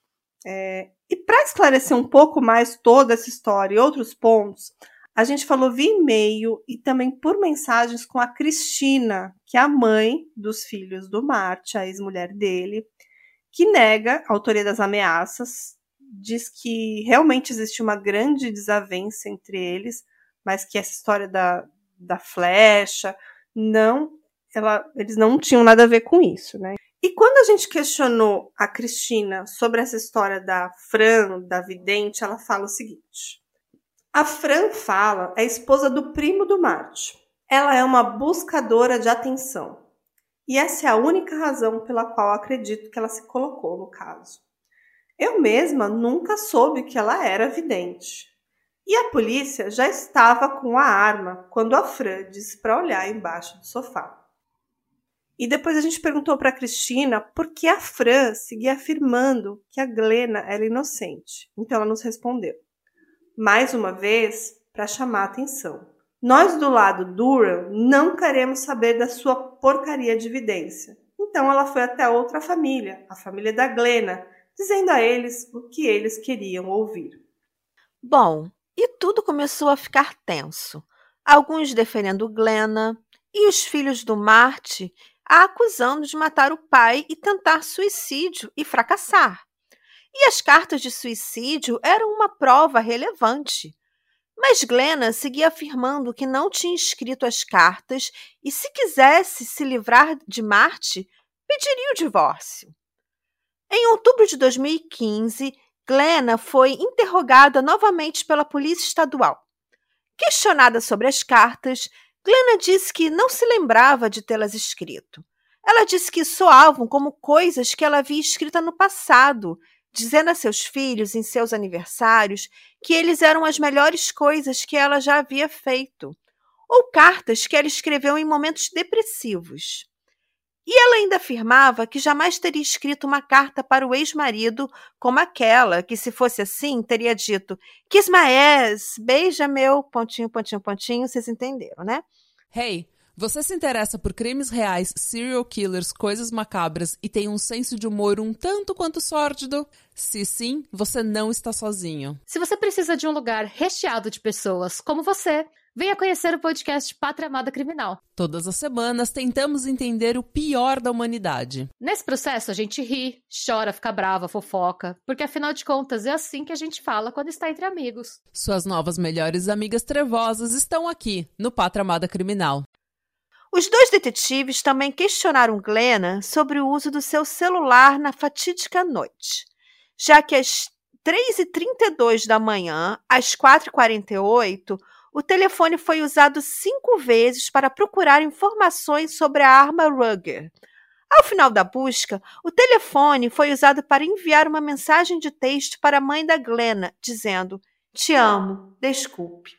É, e para esclarecer um pouco mais toda essa história e outros pontos, a gente falou via e-mail e também por mensagens com a Cristina, que é a mãe dos filhos do Marty, a ex-mulher dele, que nega a autoria das ameaças, diz que realmente existe uma grande desavença entre eles, mas que essa história da, da flecha, não, ela, eles não tinham nada a ver com isso, né? E quando a gente questionou a Cristina sobre essa história da Fran, da vidente, ela fala o seguinte: a Fran Fallon é esposa do primo do Marty. Ela é uma buscadora de atenção. E essa é a única razão pela qual acredito que ela se colocou no caso. Eu mesma nunca soube que ela era vidente. E a polícia já estava com a arma quando a Fran disse para olhar embaixo do sofá. E depois a gente perguntou para a Cristina por que a Fran seguia afirmando que a Glenna era inocente. Então ela nos respondeu. Mais uma vez, para chamar a atenção. Nós do lado Durham não queremos saber da sua porcaria de evidência. Então ela foi até outra família, a família da Glenna, dizendo a eles o que eles queriam ouvir. Bom, e tudo começou a ficar tenso. Alguns defendendo Glenna e os filhos do Marty a acusando de matar o pai e tentar suicídio e fracassar. E as cartas de suicídio eram uma prova relevante. Mas Glenna seguia afirmando que não tinha escrito as cartas e, se quisesse se livrar de Marty, pediria o divórcio. Em outubro de dois mil e quinze, Glenna foi interrogada novamente pela Polícia Estadual. Questionada sobre as cartas, Glenna disse que não se lembrava de tê-las escrito. Ela disse que soavam como coisas que ela havia escrito no passado, dizendo a seus filhos, em seus aniversários, que eles eram as melhores coisas que ela já havia feito, ou cartas que ela escreveu em momentos depressivos. E ela ainda afirmava que jamais teria escrito uma carta para o ex-marido como aquela, que se fosse assim, teria dito "Kiss my ass, beija meu, pontinho, pontinho, pontinho", vocês entenderam, né? Hey, você se interessa por crimes reais, serial killers, coisas macabras e tem um senso de humor um tanto quanto sórdido? Se sim, você não está sozinho. Se você precisa de um lugar recheado de pessoas como você, venha conhecer o podcast Pátria Amada Criminal. Todas as semanas tentamos entender o pior da humanidade. Nesse processo a gente ri, chora, fica brava, fofoca, porque afinal de contas é assim que a gente fala quando está entre amigos. Suas novas melhores amigas trevosas estão aqui, no Pátria Amada Criminal. Os dois detetives também questionaram Glenna sobre o uso do seu celular na fatídica noite, já que às três e trinta e dois da manhã, às quatro e quarenta e oito, o telefone foi usado cinco vezes para procurar informações sobre a arma Ruger. Ao final da busca, o telefone foi usado para enviar uma mensagem de texto para a mãe da Glenna, dizendo: "Te amo, desculpe".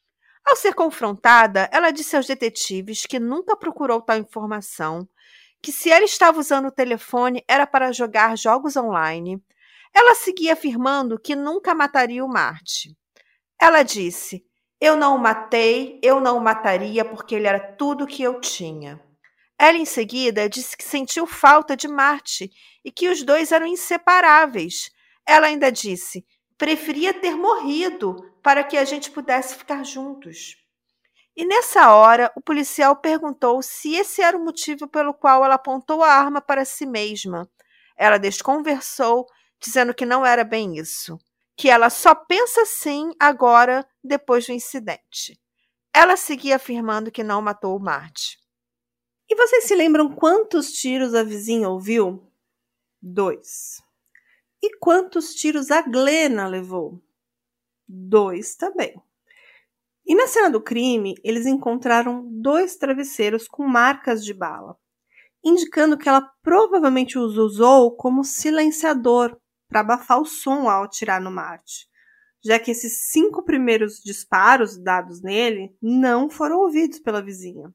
Ao ser confrontada, ela disse aos detetives que nunca procurou tal informação, que se ela estava usando o telefone era para jogar jogos online. Ela seguia afirmando que nunca mataria o Marty. Ela disse: "Eu não o matei, eu não o mataria porque ele era tudo o que eu tinha". Ela, em seguida, disse que sentiu falta de Marty e que os dois eram inseparáveis. Ela ainda disse: "Preferia ter morrido para que a gente pudesse ficar juntos". E nessa hora, o policial perguntou se esse era o motivo pelo qual ela apontou a arma para si mesma. ela desconversou, dizendo que não era bem isso, que ela só pensa assim agora, depois do incidente. Ela seguia afirmando que não matou o Marty. E vocês se lembram quantos tiros a vizinha ouviu? Dois. E quantos tiros a Glenna levou? Dois também. E na cena do crime, eles encontraram dois travesseiros com marcas de bala, indicando que ela provavelmente os usou como silenciador para abafar o som ao atirar no Marty, já que esses cinco primeiros disparos dados nele não foram ouvidos pela vizinha.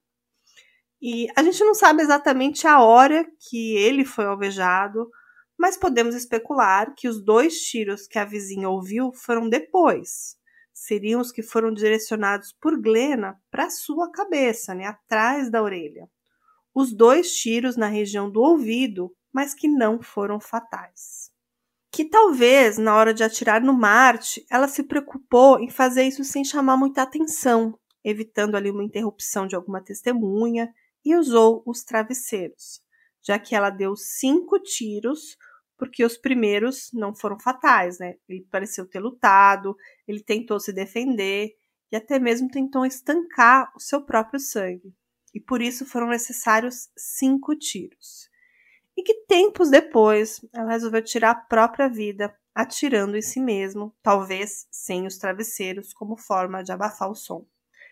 E a gente não sabe exatamente a hora que ele foi alvejado, mas podemos especular que os dois tiros que a vizinha ouviu foram depois. Seriam os que foram direcionados por Glenna para sua cabeça, né, atrás da orelha. Os dois tiros na região do ouvido, mas que não foram fatais. Que talvez, na hora de atirar no Marty, ela se preocupou em fazer isso sem chamar muita atenção, evitando ali uma interrupção de alguma testemunha, e usou os travesseiros, já que ela deu cinco tiros, porque os primeiros não foram fatais, né? Ele pareceu ter lutado, ele tentou se defender e até mesmo tentou estancar o seu próprio sangue. E por isso foram necessários cinco tiros. E que tempos depois ela resolveu tirar a própria vida, atirando em si mesmo, talvez sem os travesseiros, como forma de abafar o som.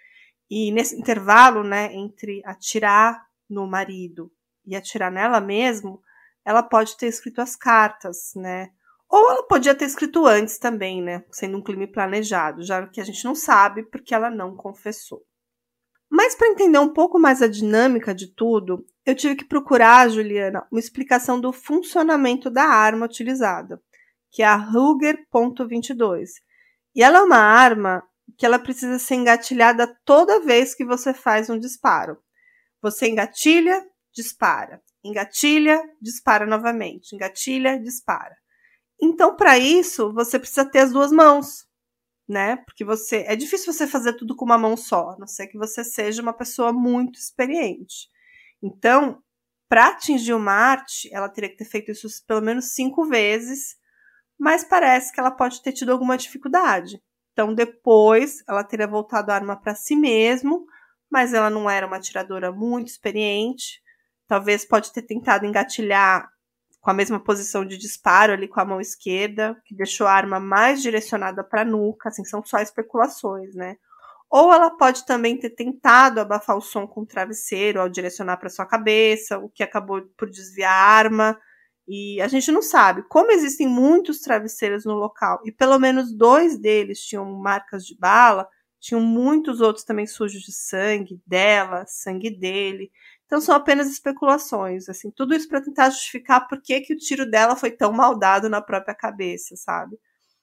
E nesse intervalo, né, entre atirar no marido e atirar nela mesmo, ela pode ter escrito as cartas, né? Ou ela podia ter escrito antes também, né? Sendo um crime planejado, já que a gente não sabe porque ela não confessou. Mas para entender um pouco mais a dinâmica de tudo, eu tive que procurar, Juliana, uma explicação do funcionamento da arma utilizada, que é a Ruger ponto vinte e dois. E ela é uma arma que ela precisa ser engatilhada toda vez que você faz um disparo. Você engatilha, dispara. Engatilha, dispara novamente. Engatilha, dispara. Então, para isso, você precisa ter as duas mãos, né? Porque você é difícil você fazer tudo com uma mão só, a não ser que você seja uma pessoa muito experiente. Então, para atingir o Marty, ela teria que ter feito isso pelo menos cinco vezes, mas parece que ela pode ter tido alguma dificuldade. Então, depois, ela teria voltado a arma para si mesmo, mas ela não era uma atiradora muito experiente. Talvez pode ter tentado engatilhar com a mesma posição de disparo ali com a mão esquerda, que deixou a arma mais direcionada para a nuca, assim, são só especulações, né? Ou ela pode também ter tentado abafar o som com o travesseiro ao direcionar para sua cabeça, o que acabou por desviar a arma. E a gente não sabe. Como existem muitos travesseiros no local e pelo menos dois deles tinham marcas de bala, tinham muitos outros também sujos de sangue dela, sangue dele. Então são apenas especulações, assim, tudo isso para tentar justificar por que, que o tiro dela foi tão mal dado na própria cabeça, sabe?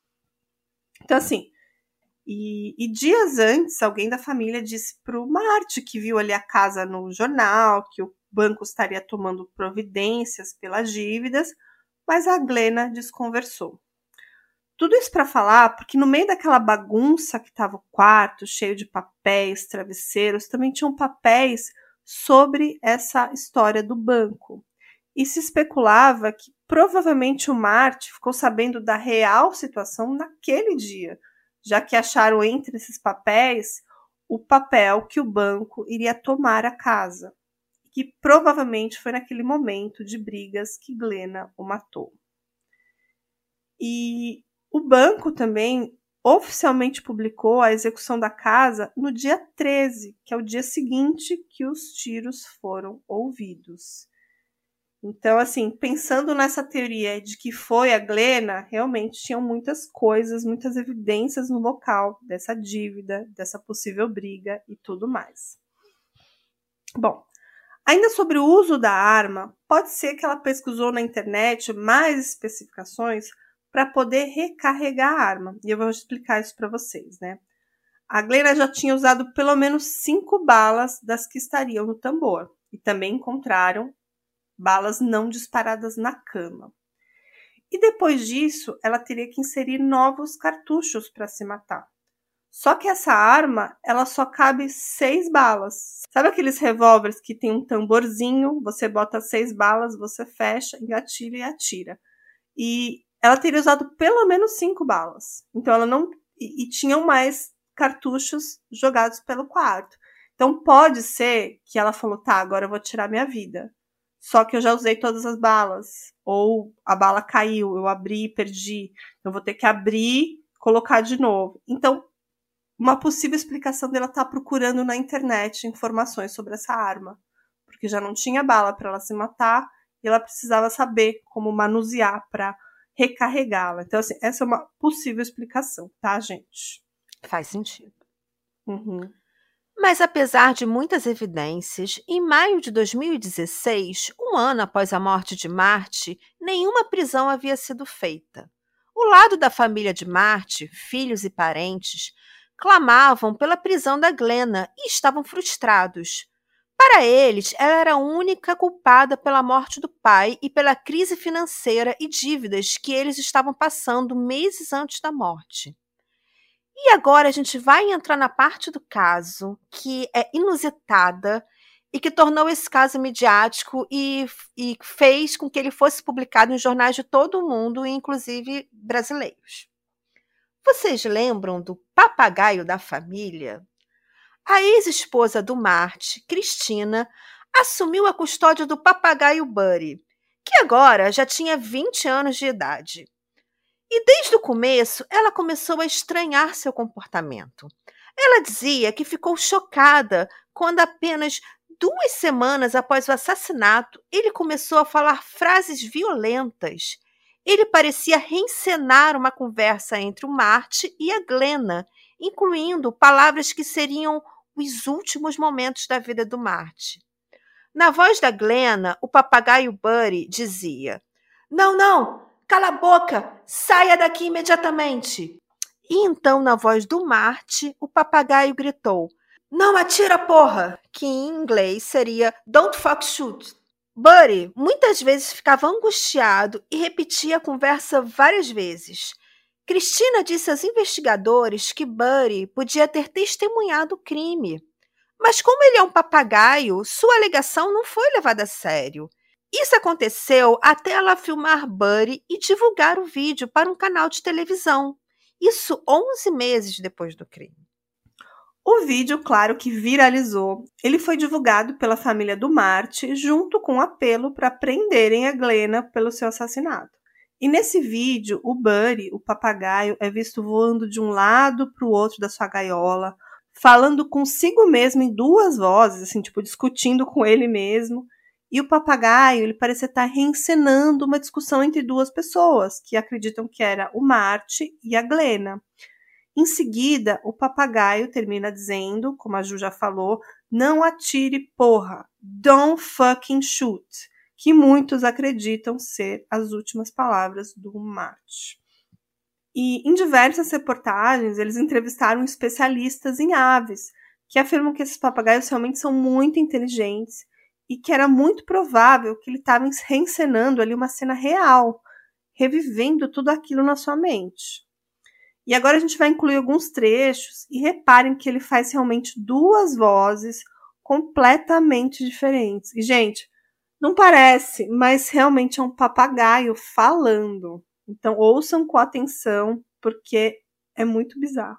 Então assim, e, e dias antes alguém da família disse pro Marty que viu ali a casa no jornal, que o banco estaria tomando providências pelas dívidas, mas a Glenna desconversou. Tudo isso para falar porque no meio daquela bagunça que estava o quarto, cheio de papéis, travesseiros, também tinham papéis sobre essa história do banco. E se especulava que provavelmente o Marty ficou sabendo da real situação naquele dia, já que acharam entre esses papéis o papel que o banco iria tomar a casa, que provavelmente foi naquele momento de brigas que Glenna o matou. E o banco também oficialmente publicou a execução da casa no dia treze, que é o dia seguinte que os tiros foram ouvidos. Então, assim, pensando nessa teoria de que foi a Glenna, realmente tinham muitas coisas, muitas evidências no local dessa dívida, dessa possível briga e tudo mais. Bom, ainda sobre o uso da arma, pode ser que ela pesquisou na internet mais especificações para poder recarregar a arma. E eu vou explicar isso para vocês, né? A Glenna já tinha usado pelo menos cinco balas das que estariam no tambor. E também encontraram balas não disparadas na cama. E depois disso, ela teria que inserir novos cartuchos para se matar. Só que essa arma, ela só cabe seis balas. Sabe aqueles revólveres que tem um tamborzinho, você bota seis balas, você fecha, engatilha e atira. E ela teria usado pelo menos cinco balas. Então ela não... E, e tinham mais cartuchos jogados pelo quarto. Então pode ser que ela falou, tá, agora eu vou tirar minha vida. Só que eu já usei todas as balas. Ou a bala caiu, eu abri e perdi. Eu vou ter que abrir, colocar de novo. Então, uma possível explicação dela estar procurando na internet informações sobre essa arma. Porque já não tinha bala para ela se matar e ela precisava saber como manusear para recarregá-la. Então, assim, essa é uma possível explicação, tá, gente? Faz sentido. Uhum. Mas apesar de muitas evidências, em maio de dois mil e dezesseis, um ano após a morte de Marty, nenhuma prisão havia sido feita. O lado da família de Marty, filhos e parentes, clamavam pela prisão da Glenna e estavam frustrados. Para eles, ela era a única culpada pela morte do pai e pela crise financeira e dívidas que eles estavam passando meses antes da morte. E agora a gente vai entrar na parte do caso que é inusitada e que tornou esse caso midiático e, e fez com que ele fosse publicado em jornais de todo o mundo, inclusive brasileiros. Vocês lembram do papagaio da família? A ex-esposa do Marty, Cristina, assumiu a custódia do papagaio Buddy, que agora já tinha vinte anos de idade. E desde o começo, ela começou a estranhar seu comportamento. Ela dizia que ficou chocada quando apenas duas semanas após o assassinato, ele começou a falar frases violentas. Ele parecia reencenar uma conversa entre o Marty e a Glenna, incluindo palavras que seriam os últimos momentos da vida do Marty. Na voz da Glenna, o papagaio Buddy dizia: "Não, não! Cala a boca! Saia daqui imediatamente!" E então, na voz do Marty, o papagaio gritou: "Não atira, porra!" Que em inglês seria "Don't fuck shoot." Buddy muitas vezes ficava angustiado e repetia a conversa várias vezes. Cristina disse aos investigadores que Buddy podia ter testemunhado o crime. Mas como ele é um papagaio, sua alegação não foi levada a sério. Isso aconteceu até ela filmar Buddy e divulgar o vídeo para um canal de televisão. Isso onze meses depois do crime. O vídeo, claro que viralizou. Ele foi divulgado pela família do Marty, junto com um apelo para prenderem a Glenna pelo seu assassinato. E nesse vídeo, o Buddy, o papagaio, é visto voando de um lado para o outro da sua gaiola, falando consigo mesmo em duas vozes, assim, tipo, discutindo com ele mesmo. E o papagaio, ele parece estar reencenando uma discussão entre duas pessoas, que acreditam que era o Marty e a Glenna. Em seguida, o papagaio termina dizendo, como a Ju já falou, "Não atire, porra! Don't fucking shoot!", que muitos acreditam ser as últimas palavras do Marty. E em diversas reportagens, eles entrevistaram especialistas em aves, que afirmam que esses papagaios realmente são muito inteligentes e que era muito provável que ele estava reencenando ali uma cena real, revivendo tudo aquilo na sua mente. E agora a gente vai incluir alguns trechos e reparem que ele faz realmente duas vozes completamente diferentes. E, gente, não parece, mas realmente é um papagaio falando. Então, ouçam com atenção, porque é muito bizarro.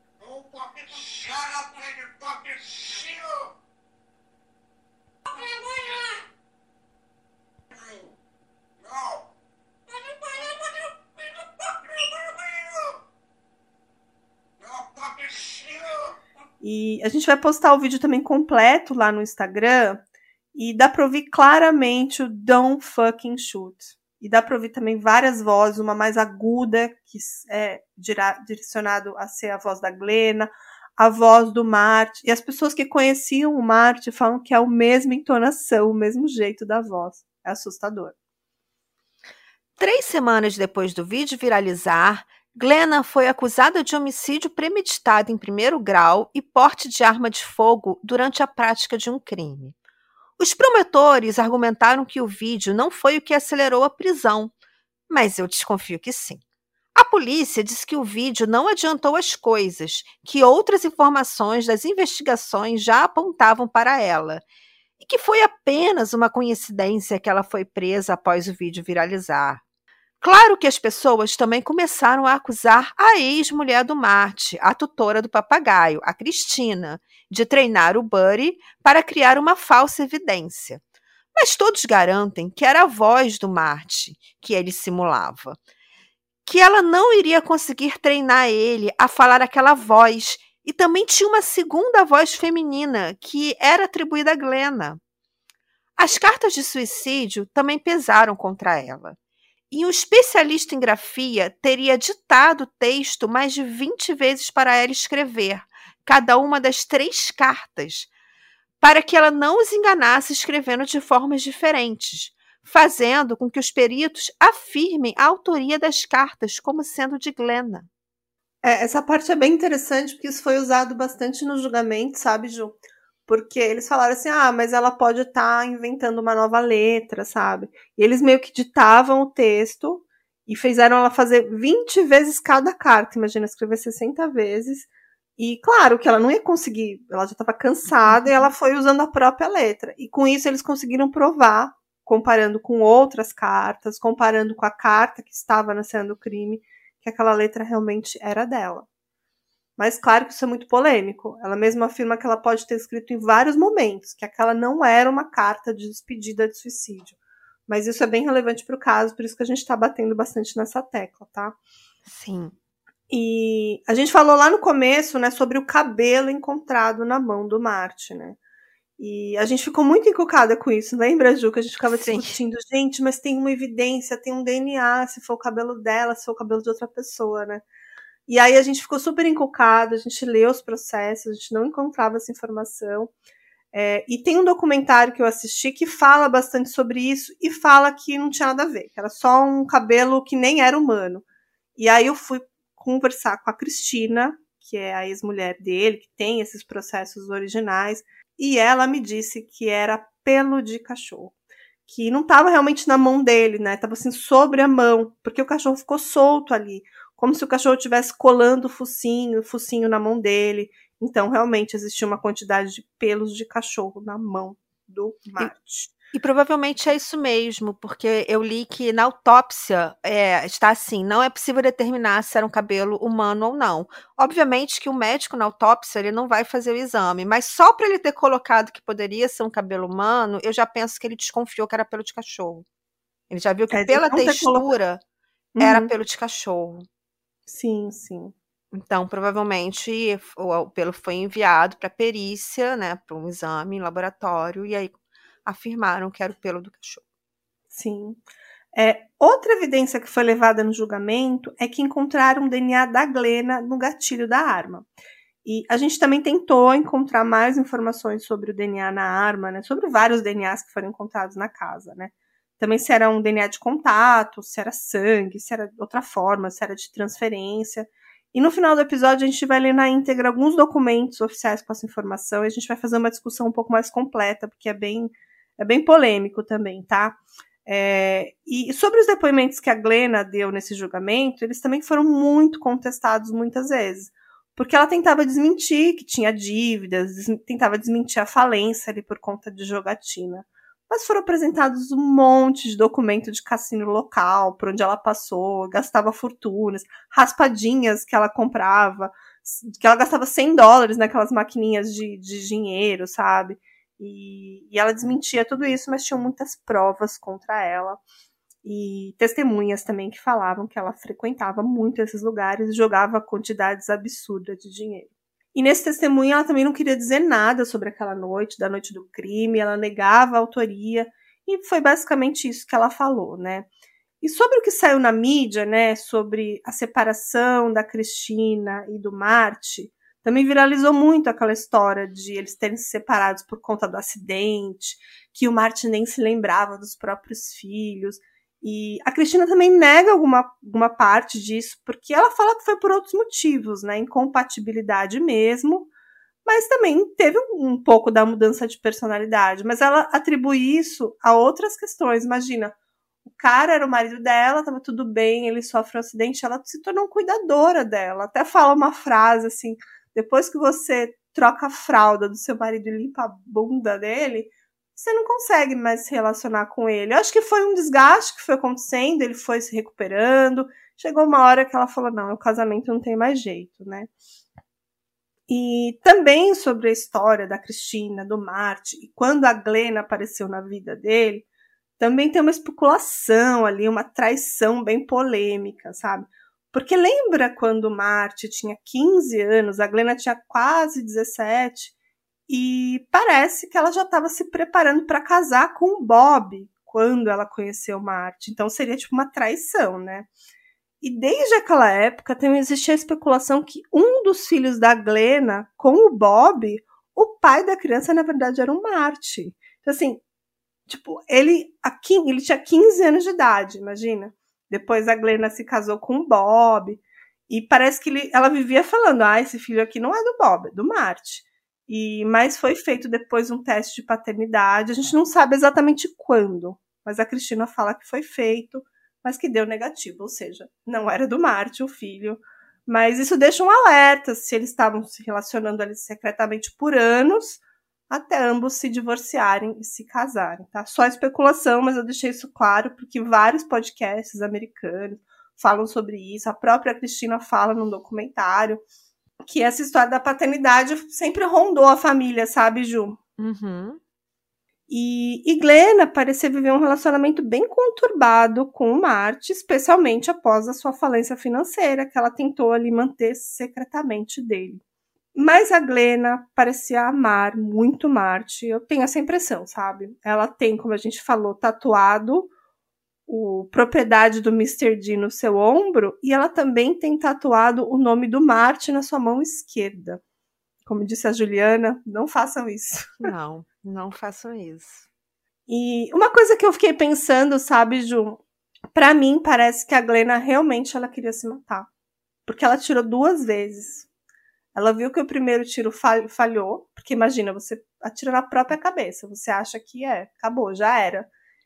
E a gente vai postar o vídeo também completo lá no Instagram e dá pra ouvir claramente o "Don't fucking shoot". E dá pra ouvir também várias vozes, uma mais aguda, que é direcionado a ser a voz da Glenna, a voz do Marty. E as pessoas que conheciam o Marty falam que é a mesma entonação, o mesmo jeito da voz. É assustador. Três semanas depois do vídeo viralizar, Glenna foi acusada de homicídio premeditado em primeiro grau e porte de arma de fogo durante a prática de um crime. Os promotores argumentaram que o vídeo não foi o que acelerou a prisão, mas eu desconfio que sim. A polícia disse que o vídeo não adiantou as coisas, que outras informações das investigações já apontavam para ela, e que foi apenas uma coincidência que ela foi presa após o vídeo viralizar. Claro que as pessoas também começaram a acusar a ex-mulher do Marty, a tutora do papagaio, a Cristina, de treinar o Buddy para criar uma falsa evidência. Mas todos garantem que era a voz do Marty que ele simulava, que ela não iria conseguir treinar ele a falar aquela voz, e também tinha uma segunda voz feminina que era atribuída a Glenna. As cartas de suicídio também pesaram contra ela. E um especialista em grafia teria ditado o texto mais de vinte vezes para ela escrever, cada uma das três cartas, para que ela não os enganasse escrevendo de formas diferentes, fazendo com que os peritos afirmem a autoria das cartas como sendo de Glenna. É, essa parte é bem interessante, porque isso foi usado bastante no julgamento, sabe, Ju? Porque eles falaram assim, ah, mas ela pode estar tá inventando uma nova letra, sabe? E eles meio que ditavam o texto e fizeram ela fazer vinte vezes cada carta. Imagina, escrever sessenta vezes. E claro que ela não ia conseguir, ela já estava cansada e ela foi usando a própria letra. E com isso eles conseguiram provar, comparando com outras cartas, comparando com a carta que estava na cena do crime, que aquela letra realmente era dela. Mas claro que isso é muito polêmico. Ela mesma afirma que ela pode ter escrito em vários momentos, que aquela não era uma carta de despedida de suicídio. Mas isso é bem relevante para o caso, por isso que a gente está batendo bastante nessa tecla, tá? Sim. E a gente falou lá no começo, né, sobre o cabelo encontrado na mão do Marty, né? E a gente ficou muito encucada com isso, lembra, Ju? Que a gente ficava Sim. discutindo, gente, mas tem uma evidência, tem um D N A, se for o cabelo dela, se for o cabelo de outra pessoa, né? E aí a gente ficou super encucado, a gente leu os processos, a gente não encontrava essa informação. É, e tem um documentário que eu assisti que fala bastante sobre isso e fala que não tinha nada a ver, que era só um cabelo que nem era humano. E aí eu fui conversar com a Cristina, que é a ex-mulher dele, que tem esses processos originais, e ela me disse que era pelo de cachorro, que não estava realmente na mão dele, né? Estava assim sobre a mão, porque o cachorro ficou solto ali, como se o cachorro estivesse colando o focinho, o focinho na mão dele. Então, realmente, existia uma quantidade de pelos de cachorro na mão do Marty. E, e provavelmente é isso mesmo, porque eu li que na autópsia é, está assim, não é possível determinar se era um cabelo humano ou não. Obviamente que o médico na autópsia ele não vai fazer o exame, mas só para ele ter colocado que poderia ser um cabelo humano, eu já penso que ele desconfiou que era pelo de cachorro. Ele já viu que É, pela não ter textura Uhum. era pelo de cachorro. Sim, sim. Então, provavelmente, o, o pelo foi enviado para perícia, né, para um exame em laboratório, e aí afirmaram que era o pelo do cachorro. Sim. É, outra evidência que foi levada no julgamento é que encontraram o D N A da Glenna no gatilho da arma. E a gente também tentou encontrar mais informações sobre o D N A na arma, né, sobre vários D N As que foram encontrados na casa, né. Também se era um D N A de contato, se era sangue, se era outra forma, se era de transferência. E no final do episódio a gente vai ler na íntegra alguns documentos oficiais com essa informação e a gente vai fazer uma discussão um pouco mais completa, porque é bem, é bem polêmico também, tá? É, e sobre os depoimentos que a Glenna deu nesse julgamento, eles também foram muito contestados muitas vezes. Porque ela tentava desmentir que tinha dívidas, des- tentava desmentir a falência ali por conta de jogatina. Mas foram apresentados um monte de documento de cassino local, por onde ela passou, gastava fortunas, raspadinhas que ela comprava, que ela gastava cem dólares naquelas maquininhas de, de dinheiro, sabe? E, e ela desmentia tudo isso, mas tinham muitas provas contra ela. E testemunhas também que falavam que ela frequentava muito esses lugares e jogava quantidades absurdas de dinheiro. E nesse testemunho ela também não queria dizer nada sobre aquela noite, da noite do crime, ela negava a autoria, e foi basicamente isso que ela falou, né? E sobre o que saiu na mídia, né, sobre a separação da Cristina e do Marty, também viralizou muito aquela história de eles terem se separados por conta do acidente, que o Marty nem se lembrava dos próprios filhos. E a Cristina também nega alguma, alguma parte disso, porque ela fala que foi por outros motivos, né? Incompatibilidade mesmo, mas também teve um, um pouco da mudança de personalidade. Mas ela atribui isso a outras questões. Imagina, o cara era o marido dela, tava tudo bem, ele sofre um acidente, ela se tornou cuidadora dela. Até fala uma frase assim, depois que você troca a fralda do seu marido e limpa a bunda dele, você não consegue mais se relacionar com ele. Eu acho que foi um desgaste que foi acontecendo, ele foi se recuperando, chegou uma hora que ela falou, não, o casamento não tem mais jeito, né? E também sobre a história da Cristina, do Marty, e quando a Glenn apareceu na vida dele, também tem uma especulação ali, uma traição bem polêmica, sabe? Porque lembra quando o Marty tinha quinze anos, a Glenn tinha quase dezessete, e parece que ela já estava se preparando para casar com o Bob quando ela conheceu o Marty. Então seria tipo uma traição, né? E desde aquela época também existia a especulação que um dos filhos da Glenn com o Bob, o pai da criança na verdade era o Marty. Então assim, tipo, ele, ele tinha quinze anos de idade, imagina. Depois a Glenn se casou com o Bob. E parece que ele, ela vivia falando, ah, esse filho aqui não é do Bob, é do Marty. E, mas foi feito depois um teste de paternidade. A gente não sabe exatamente quando, mas a Cristina fala que foi feito, mas que deu negativo. Ou seja, não era do Marty o filho. Mas isso deixa um alerta se eles estavam se relacionando ali secretamente por anos, até ambos se divorciarem e se casarem, tá? Só especulação, mas eu deixei isso claro porque vários podcasts americanos falam sobre isso. A própria Cristina fala num documentário que essa história da paternidade sempre rondou a família, sabe, Ju? Uhum. E, e Glenn parecia viver um relacionamento bem conturbado com o Marty, especialmente após a sua falência financeira, que ela tentou ali manter secretamente dele. Mas a Glenn parecia amar muito Marty. Eu tenho essa impressão, sabe? Ela tem, como a gente falou, tatuado o propriedade do mister D no seu ombro e ela também tem tatuado o nome do Marty na sua mão esquerda. Como disse a Juliana, não façam isso. Não, não façam isso. E uma coisa que eu fiquei pensando, sabe, Ju? Pra mim, parece que a Glenn realmente ela queria se matar. Porque ela tirou duas vezes. Ela viu que o primeiro tiro falhou, porque imagina, você atira na própria cabeça, você acha que é, acabou, já era.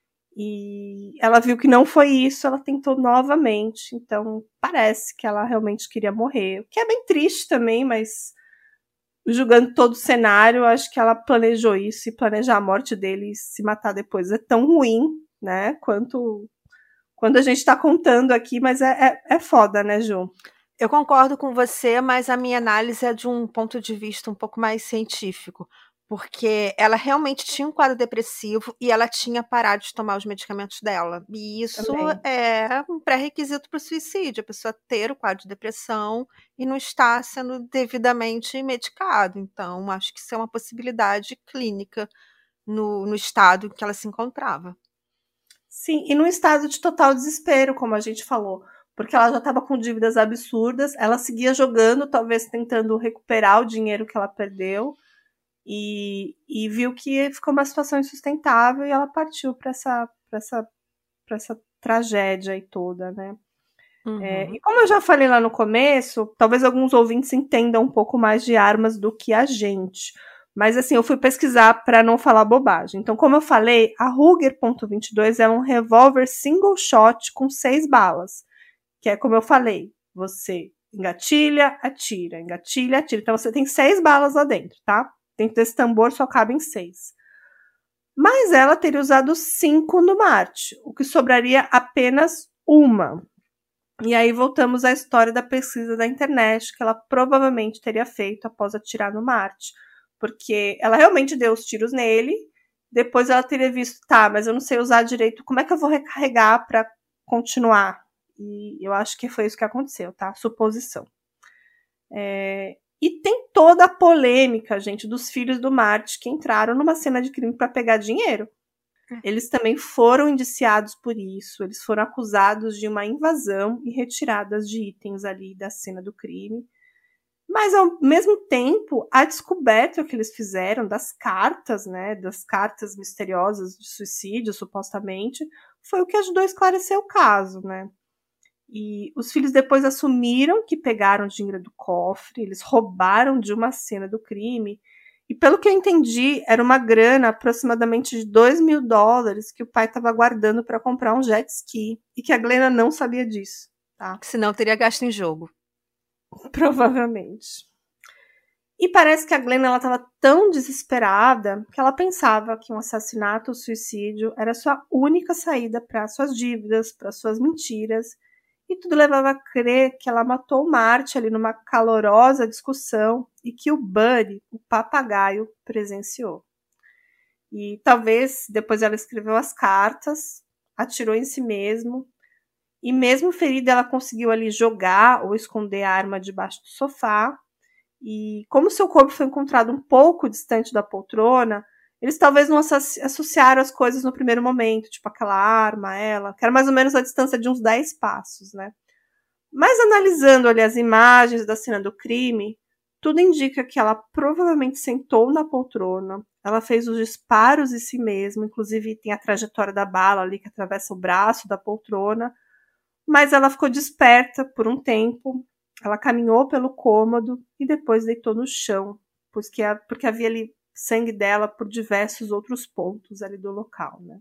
E ela viu que não foi isso, ela tentou novamente, então parece que ela realmente queria morrer, o que é bem triste também, mas julgando todo o cenário, acho que ela planejou isso, e planejar a morte dele e se matar depois é tão ruim, né, quanto quando a gente tá contando aqui, mas é, é, é foda, né, Ju? Eu concordo com você, mas a minha análise é de um ponto de vista um pouco mais científico, porque ela realmente tinha um quadro depressivo e ela tinha parado de tomar os medicamentos dela. E isso Também. é um pré-requisito para o suicídio, a pessoa ter o quadro de depressão e não estar sendo devidamente medicado. Então, acho que isso é uma possibilidade clínica no, no estado em que ela se encontrava. Sim, e num estado de total desespero, como a gente falou. Porque ela já estava com dívidas absurdas, ela seguia jogando, talvez tentando recuperar o dinheiro que ela perdeu, e, e viu que ficou uma situação insustentável e ela partiu para essa, pra essa, pra essa tragédia aí toda, né? Uhum. É, e como eu já falei lá no começo, talvez alguns ouvintes entendam um pouco mais de armas do que a gente. Mas assim, eu fui pesquisar para não falar bobagem. Então, como eu falei, a Ruger ponto vinte e dois é um revólver single shot com seis balas. Que é como eu falei, você engatilha, atira, engatilha, atira. Então você tem seis balas lá dentro, tá? Dentro desse tambor só cabem seis. Mas ela teria usado cinco no Marty, o que sobraria apenas uma. E aí voltamos à história da pesquisa da internet, que ela provavelmente teria feito após atirar no Marty. Porque ela realmente deu os tiros nele, depois ela teria visto, tá, mas eu não sei usar direito, como é que eu vou recarregar para continuar? E eu acho que foi isso que aconteceu, tá? Suposição. É... E tem toda a polêmica, gente, dos filhos do Marty que entraram numa cena de crime para pegar dinheiro. Eles também foram indiciados por isso. Eles foram acusados de uma invasão e retiradas de itens ali da cena do crime. Mas, ao mesmo tempo, a descoberta que eles fizeram das cartas, né, das cartas misteriosas de suicídio, supostamente, foi o que ajudou a esclarecer o caso, né? E os filhos depois assumiram que pegaram dinheiro do cofre, eles roubaram de uma cena do crime E pelo que eu entendi, era uma grana aproximadamente de dois mil dólares que o pai estava guardando para comprar um jet ski e que a Glenna não sabia disso, tá? Senão teria gasto em jogo. Provavelmente. E parece que a Glenna estava tão desesperada que ela pensava que um assassinato ou suicídio era sua única saída para suas dívidas, para suas mentiras, e tudo levava a crer que ela matou o Marty ali numa calorosa discussão e que o Buddy, o papagaio, presenciou. E talvez depois ela escreveu as cartas, atirou em si mesmo, e mesmo ferida ela conseguiu ali jogar ou esconder a arma debaixo do sofá. E como seu corpo foi encontrado um pouco distante da poltrona, eles talvez não associaram as coisas no primeiro momento, tipo aquela arma, ela, que era mais ou menos a distância de uns dez passos, né? Mas analisando ali as imagens da cena do crime, tudo indica que ela provavelmente sentou na poltrona, ela fez os disparos em si mesma, inclusive tem a trajetória da bala ali que atravessa o braço da poltrona, mas ela ficou desperta por um tempo, ela caminhou pelo cômodo e depois deitou no chão, porque, porque havia ali sangue dela por diversos outros pontos ali do local, né?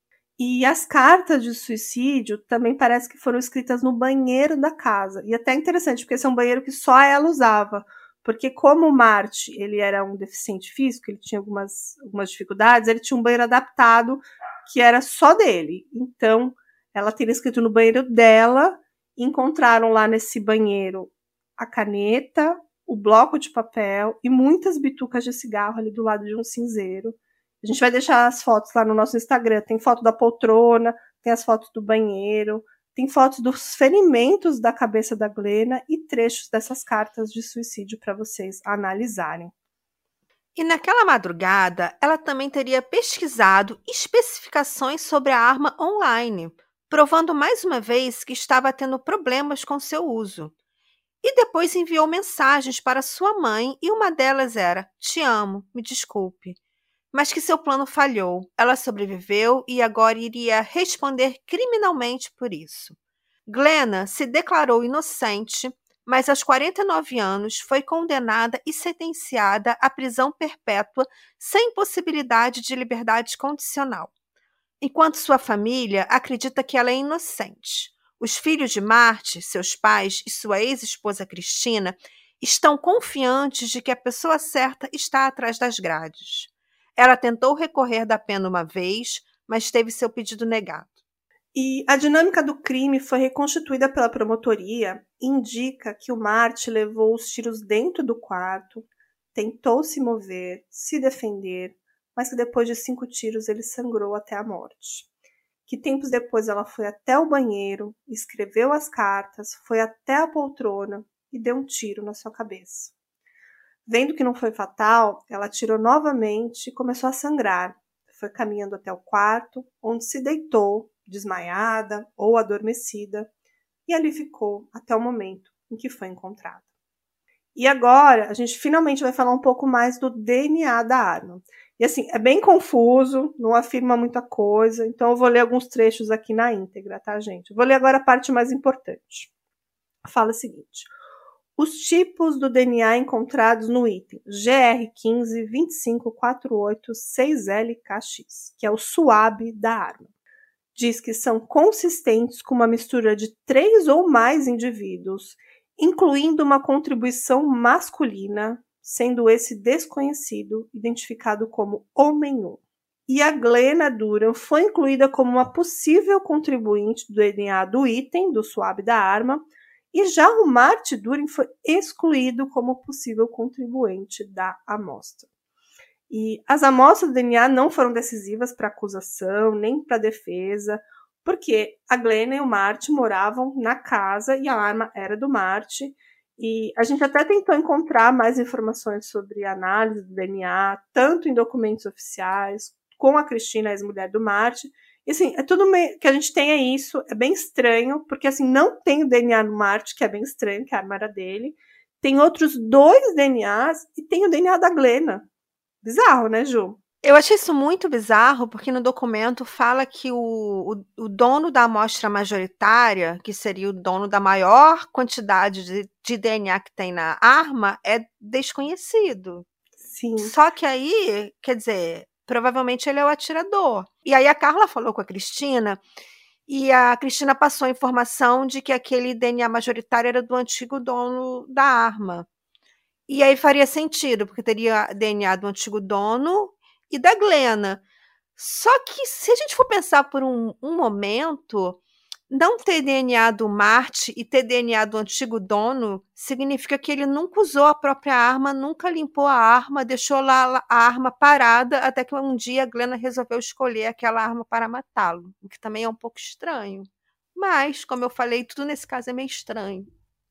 E as cartas de suicídio também parece que foram escritas no banheiro da casa. E até é interessante, porque esse é um banheiro que só ela usava. Porque como o Marty, ele era um deficiente físico, ele tinha algumas, algumas dificuldades, ele tinha um banheiro adaptado que era só dele. Então, ela teria escrito no banheiro dela, e encontraram lá nesse banheiro a caneta, o bloco de papel e muitas bitucas de cigarro ali do lado de um cinzeiro. A gente vai deixar as fotos lá no nosso Instagram. Tem foto da poltrona, tem as fotos do banheiro, tem fotos dos ferimentos da cabeça da Glenna e trechos dessas cartas de suicídio para vocês analisarem. E naquela madrugada, ela também teria pesquisado especificações sobre a arma online, provando mais uma vez que estava tendo problemas com seu uso. E depois enviou mensagens para sua mãe e uma delas era: "Te amo, me desculpe." Mas que seu plano falhou. Ela sobreviveu e agora iria responder criminalmente por isso. Glenna se declarou inocente, mas aos quarenta e nove anos foi condenada e sentenciada à prisão perpétua sem possibilidade de liberdade condicional. Enquanto sua família acredita que ela é inocente. Os filhos de Marty, seus pais e sua ex-esposa Cristina estão confiantes de que a pessoa certa está atrás das grades. Ela tentou recorrer da pena uma vez, mas teve seu pedido negado. E a dinâmica do crime foi reconstituída pela promotoria e indica que o Marty levou os tiros dentro do quarto, tentou se mover, se defender, mas que depois de cinco tiros ele sangrou até a morte. Que tempos depois ela foi até o banheiro, escreveu as cartas, foi até a poltrona e deu um tiro na sua cabeça. Vendo que não foi fatal, ela atirou novamente e começou a sangrar. Foi caminhando até o quarto, onde se deitou, desmaiada ou adormecida, e ali ficou até o momento em que foi encontrada. E agora, a gente finalmente vai falar um pouco mais do D N A da arma. E assim, é bem confuso, não afirma muita coisa, então eu vou ler alguns trechos aqui na íntegra, tá, gente? Eu vou ler agora a parte mais importante. Fala o seguinte: os tipos do D N A encontrados no item G R um cinco dois cinco quatro oito seis L K X, que é o SWAB da arma. Diz que são consistentes com uma mistura de três ou mais indivíduos, incluindo uma contribuição masculina, sendo esse desconhecido identificado como homem um. E a Glenna Duran foi incluída como uma possível contribuinte do D N A do item, do SWAB da arma, e já o Marty Duran foi excluído como possível contribuinte da amostra. E as amostras do D N A não foram decisivas para a acusação, nem para a defesa, porque a Glenna e o Marty moravam na casa e a arma era do Marty. E a gente até tentou encontrar mais informações sobre a análise do D N A, tanto em documentos oficiais, com a Cristina, a ex-mulher do Marty. E assim, é tudo meio, que a gente tem é isso, é bem estranho, porque assim, não tem o D N A no Marty, que é bem estranho, que a arma era dele. Tem outros dois D N As e tem o D N A da Glenna. Bizarro, né, Ju? Eu achei isso muito bizarro, porque no documento fala que o, o, o dono da amostra majoritária, que seria o dono da maior quantidade de, de D N A que tem na arma, é desconhecido. Sim. Só que aí, quer dizer, provavelmente ele é o atirador. E aí a Carla falou com a Cristina, e a Cristina passou a informação de que aquele D N A majoritário era do antigo dono da arma. E aí faria sentido, porque teria D N A do antigo dono e da Glenna. Só que se a gente for pensar por um, um momento, não ter D N A do Marty e ter D N A do antigo dono significa que ele nunca usou a própria arma, nunca limpou a arma, deixou lá a arma parada, até que um dia a Glenna resolveu escolher aquela arma para matá-lo, o que também é um pouco estranho. Mas, como eu falei, tudo nesse caso é meio estranho.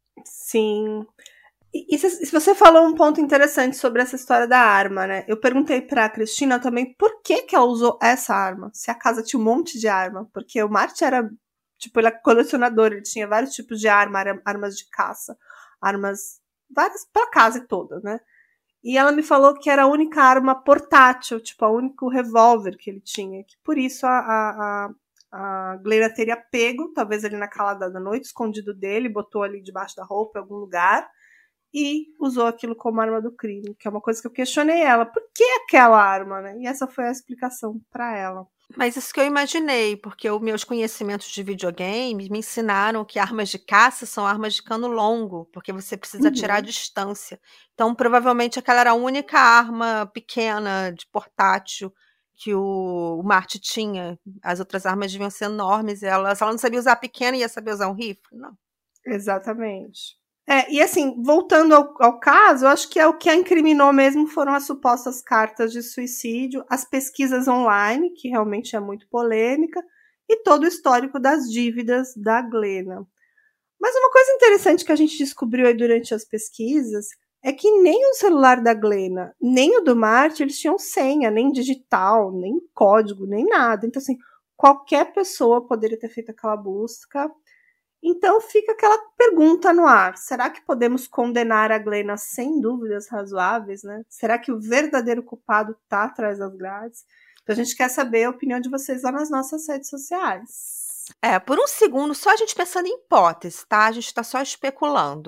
Sim. E, e se, se você falou um ponto interessante sobre essa história da arma, né? Eu perguntei pra Cristina também por que que ela usou essa arma, se a casa tinha um monte de arma, porque o Marty era, tipo, ele é colecionador, ele tinha vários tipos de arma, armas de caça, armas, várias pra casa toda, né? E ela me falou que era a única arma portátil, tipo, o único revólver que ele tinha, que por isso a, a, a, a Glenna teria pego, talvez ali na calada da noite, escondido dele, botou ali debaixo da roupa, em algum lugar, e usou aquilo como arma do crime, que é uma coisa que eu questionei ela. Por que aquela arma, né? E essa foi a explicação para ela. Mas isso que eu imaginei, porque os meus conhecimentos de videogame me ensinaram que armas de caça são armas de cano longo, porque você precisa atirar à Uhum. distância. Então, provavelmente, aquela era a única arma pequena, de portátil, que o, o Marty tinha. As outras armas deviam ser enormes. Ela, se ela não sabia usar a pequena, ia saber usar um rifle? Não. Exatamente. É, e assim, voltando ao, ao caso, eu acho que é o que a incriminou mesmo foram as supostas cartas de suicídio, as pesquisas online, que realmente é muito polêmica, e todo o histórico das dívidas da Glenna. Mas uma coisa interessante que a gente descobriu aí durante as pesquisas é que nem o celular da Glenna, nem o do Marty, eles tinham senha, nem digital, nem código, nem nada. Então, assim, qualquer pessoa poderia ter feito aquela busca. Então fica aquela pergunta no ar. Será que podemos condenar a Glenna sem dúvidas razoáveis, né? Será que o verdadeiro culpado está atrás das grades? Então a gente quer saber a opinião de vocês lá nas nossas redes sociais. É, por um segundo, só a gente pensando em hipótese, tá? A gente está só especulando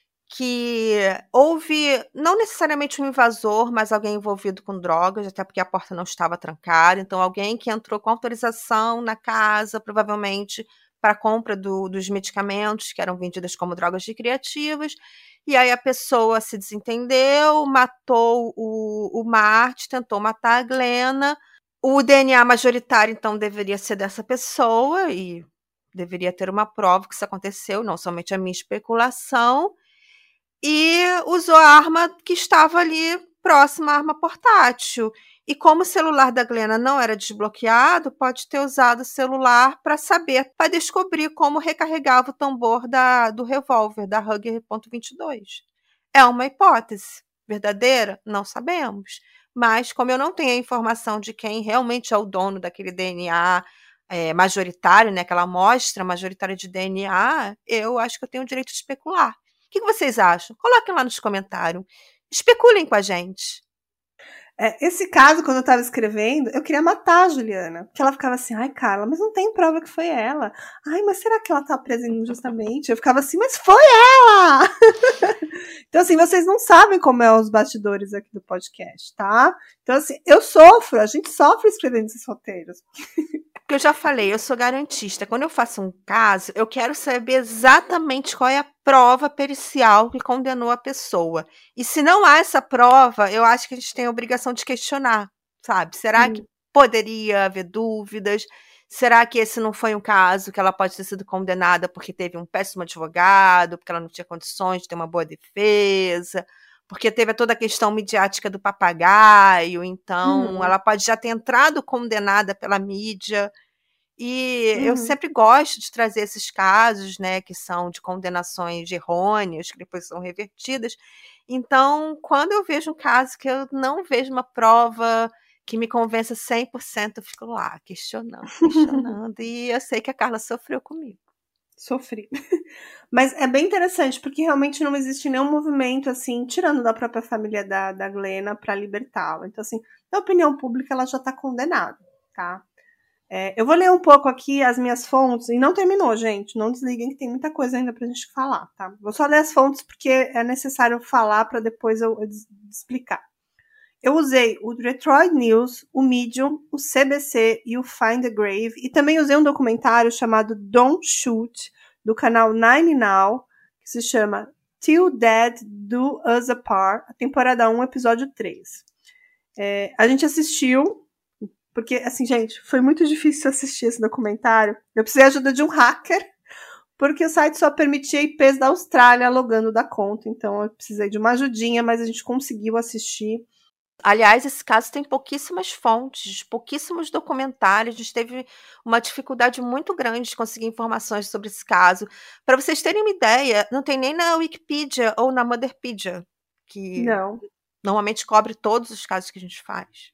que houve, não necessariamente um invasor, mas alguém envolvido com drogas, até porque a porta não estava trancada. Então alguém que entrou com autorização na casa, provavelmente para a compra do, dos medicamentos que eram vendidas como drogas recreativas, e aí a pessoa se desentendeu, matou o, o Marty, tentou matar a Glenna. O D N A majoritário, então, deveria ser dessa pessoa, e deveria ter uma prova que isso aconteceu, não somente a minha especulação, e usou a arma que estava ali próxima à arma portátil. E como o celular da Glenna não era desbloqueado, pode ter usado o celular para saber, para descobrir como recarregava o tambor da, do revólver, da Ruger ponto vinte e dois. É uma hipótese. Verdadeira? Não sabemos. Mas, como eu não tenho a informação de quem realmente é o dono daquele D N A é, majoritário, né, aquela amostra majoritária de D N A, eu acho que eu tenho o direito de especular. O que vocês acham? Coloquem lá nos comentários. Especulem com a gente. É, esse caso, quando eu tava escrevendo, eu queria matar a Juliana. Porque ela ficava assim, ai, Carla, mas não tem prova que foi ela. Ai, mas será que ela tá presa injustamente? Eu ficava assim, mas foi ela! Então, assim, vocês não sabem como é os bastidores aqui do podcast, tá? Então, assim, eu sofro, a gente sofre escrevendo esses roteiros. Porque eu já falei, eu sou garantista. Quando eu faço um caso, eu quero saber exatamente qual é a prova pericial que condenou a pessoa. E se não há essa prova, eu acho que a gente tem a obrigação de questionar, sabe? Será hum. que poderia haver dúvidas? Será que esse não foi um caso que ela pode ter sido condenada porque teve um péssimo advogado, porque ela não tinha condições de ter uma boa defesa, porque teve toda a questão midiática do papagaio, então uhum. ela pode já ter entrado condenada pela mídia. E uhum. eu sempre gosto de trazer esses casos, né, que são de condenações errôneas, que depois são revertidas. Então, quando eu vejo um caso que eu não vejo uma prova que me convença cem por cento, eu fico lá, questionando, questionando. E eu sei que a Carla sofreu comigo. Sofri. Mas é bem interessante, porque realmente não existe nenhum movimento, assim, tirando da própria família da, da Glenna para libertá-la. Então, assim, na opinião pública, ela já está condenada, tá? É, eu vou ler um pouco aqui as minhas fontes, e não terminou, gente, não desliguem que tem muita coisa ainda pra gente falar, tá? Vou só ler as fontes porque é necessário falar para depois eu, eu explicar. eu usei o Detroit News, o Medium, o C B C e o Find the Grave, e também usei um documentário chamado Don't Shoot, do canal Nine Now, que se chama Till Dead Do Us Apart, a temporada um, episódio três. É, a gente assistiu, porque, assim, gente, foi muito difícil assistir esse documentário. Eu precisei da ajuda de um hacker, porque o site só permitia I Ps da Austrália logando da conta, então eu precisei de uma ajudinha, mas a gente conseguiu assistir. Aliás, esse caso tem pouquíssimas fontes, pouquíssimos documentários. A gente teve uma dificuldade muito grande de conseguir informações sobre esse caso. Para vocês terem uma ideia, não tem nem na Wikipedia ou na Motherpedia, que Não. normalmente cobre todos os casos que a gente faz.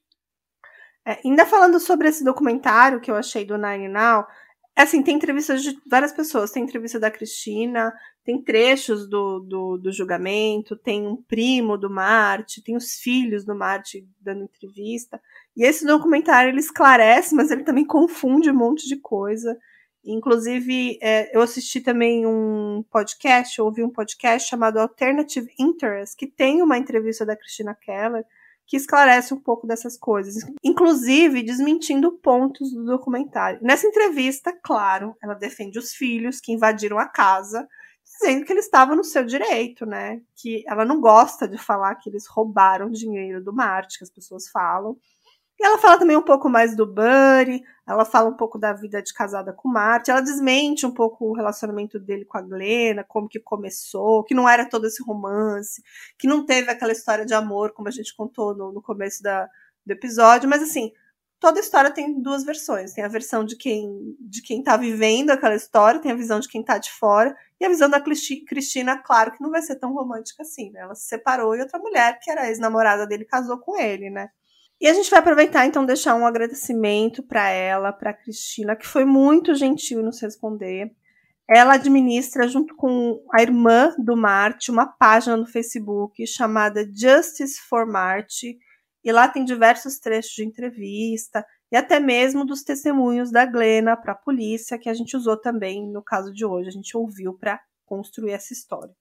É, ainda falando sobre esse documentário que eu achei do Nine Now, assim, tem entrevistas de várias pessoas. Tem entrevista da Cristina, tem trechos do, do, do julgamento, tem um primo do Marty, tem os filhos do Marty dando entrevista. E esse documentário, ele esclarece, mas ele também confunde um monte de coisa. Inclusive, é, eu assisti também um podcast, eu ouvi um podcast chamado Alternative Interest, que tem uma entrevista da Christina Keller, que esclarece um pouco dessas coisas, inclusive desmentindo pontos do documentário. Nessa entrevista, claro, ela defende os filhos que invadiram a casa, dizendo que eles estavam no seu direito, né? Que ela não gosta de falar que eles roubaram dinheiro do Marty, que as pessoas falam. E ela fala também um pouco mais do Buddy, ela fala um pouco da vida de casada com o Marty, ela desmente um pouco o relacionamento dele com a Glenna, como que começou, que não era todo esse romance, que não teve aquela história de amor, como a gente contou no, no começo da, do episódio, mas assim, toda história tem duas versões, tem a versão de quem, de quem tá vivendo aquela história, tem a visão de quem tá de fora, e a visão da Cristina, claro que não vai ser tão romântica assim, né? Ela se separou e outra mulher, que era a ex-namorada dele, casou com ele, né? E a gente vai aproveitar, então, deixar um agradecimento para ela, para a Cristina, que foi muito gentil em nos responder. Ela administra, junto com a irmã do Marty, uma página no Facebook chamada Justice for Marty, e lá tem diversos trechos de entrevista e até mesmo dos testemunhos da Glenna para a polícia, que a gente usou também no caso de hoje, a gente ouviu para construir essa história.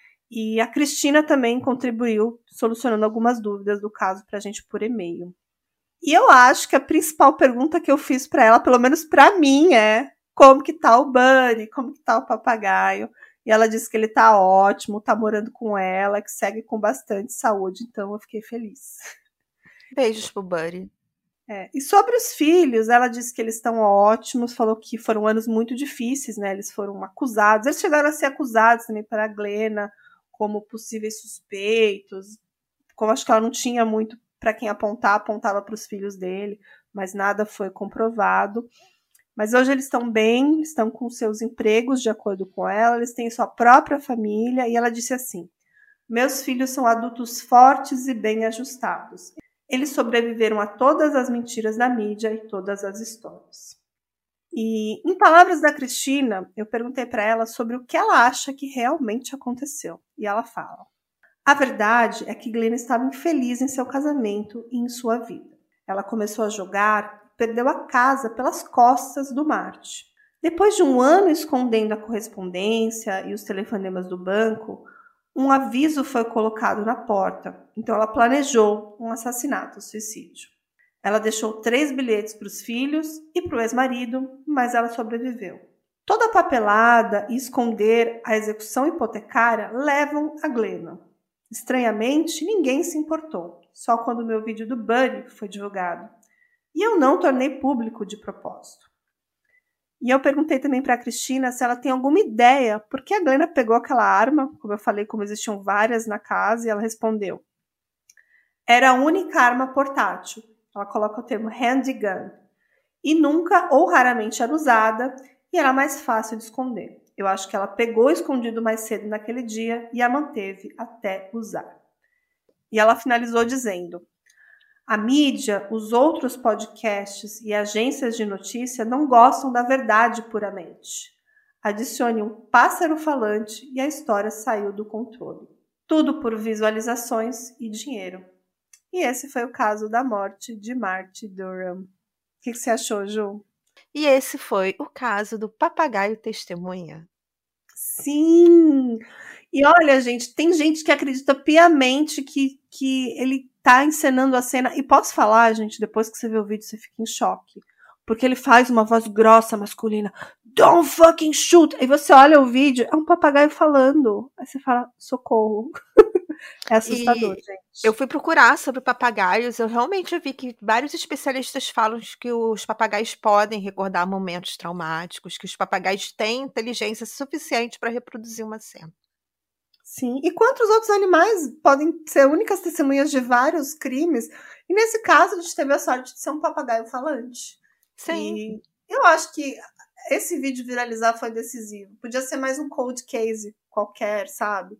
E a Cristina também contribuiu solucionando algumas dúvidas do caso para a gente por e-mail. E eu acho que a principal pergunta que eu fiz para ela, pelo menos para mim, é como que tá o Bunny, como que tá o papagaio. E ela disse que ele tá ótimo, tá morando com ela, que segue com bastante saúde, então eu fiquei feliz. Beijos pro Buddy. É, e sobre os filhos, ela disse que eles estão ótimos, falou que foram anos muito difíceis, né? Eles foram acusados, eles chegaram a ser acusados também pela Glenna como possíveis suspeitos, como acho que ela não tinha muito para quem apontar, apontava para os filhos dele, mas nada foi comprovado. Mas hoje eles estão bem, estão com seus empregos de acordo com ela, eles têm sua própria família, e ela disse assim: meus filhos são adultos fortes e bem ajustados. Eles sobreviveram a todas as mentiras da mídia e todas as histórias. E, em palavras da Cristina, eu perguntei para ela sobre o que ela acha que realmente aconteceu. E ela fala: a verdade é que Glenna estava infeliz em seu casamento e em sua vida. Ela começou a jogar e perdeu a casa pelas costas do Marty. Depois de um ano escondendo a correspondência e os telefonemas do banco, um aviso foi colocado na porta. Então ela planejou um assassinato, um suicídio. Ela deixou três bilhetes para os filhos e para o ex-marido, mas ela sobreviveu. Toda a papelada e esconder a execução hipotecária levam a Glenna. Estranhamente, ninguém se importou, só quando o meu vídeo do Buddy foi divulgado. E eu não tornei público de propósito. E eu perguntei também para a Cristina se ela tem alguma ideia por que a Glenna pegou aquela arma, como eu falei, como existiam várias na casa, e ela respondeu: era a única arma portátil. Ela coloca o termo handgun. E nunca ou raramente era usada e era mais fácil de esconder. Eu acho que ela pegou escondido mais cedo naquele dia e a manteve até usar. E ela finalizou dizendo: a mídia, os outros podcasts e agências de notícia não gostam da verdade puramente. Adicione um pássaro falante e a história saiu do controle. Tudo por visualizações e dinheiro. E esse foi o caso da morte de Marty Durham. O que, que você achou, Ju? E esse foi o caso do papagaio testemunha. Sim! E olha, gente, tem gente que acredita piamente que, que ele tá encenando a cena. E posso falar, gente, depois que você vê o vídeo, você fica em choque. Porque ele faz uma voz grossa, masculina. Don't fucking shoot! Aí você olha o vídeo, é um papagaio falando. Aí você fala, socorro. É assustador, E gente. eu fui procurar sobre papagaios, eu realmente vi que vários especialistas falam que os papagaios podem recordar momentos traumáticos, que os papagaios têm inteligência suficiente para reproduzir uma cena. Sim, e quantos outros animais podem ser únicas testemunhas de vários crimes? E nesse caso, a gente teve a sorte de ser um papagaio falante. Sim. E eu acho que esse vídeo viralizar foi decisivo. Podia ser mais um cold case qualquer, sabe?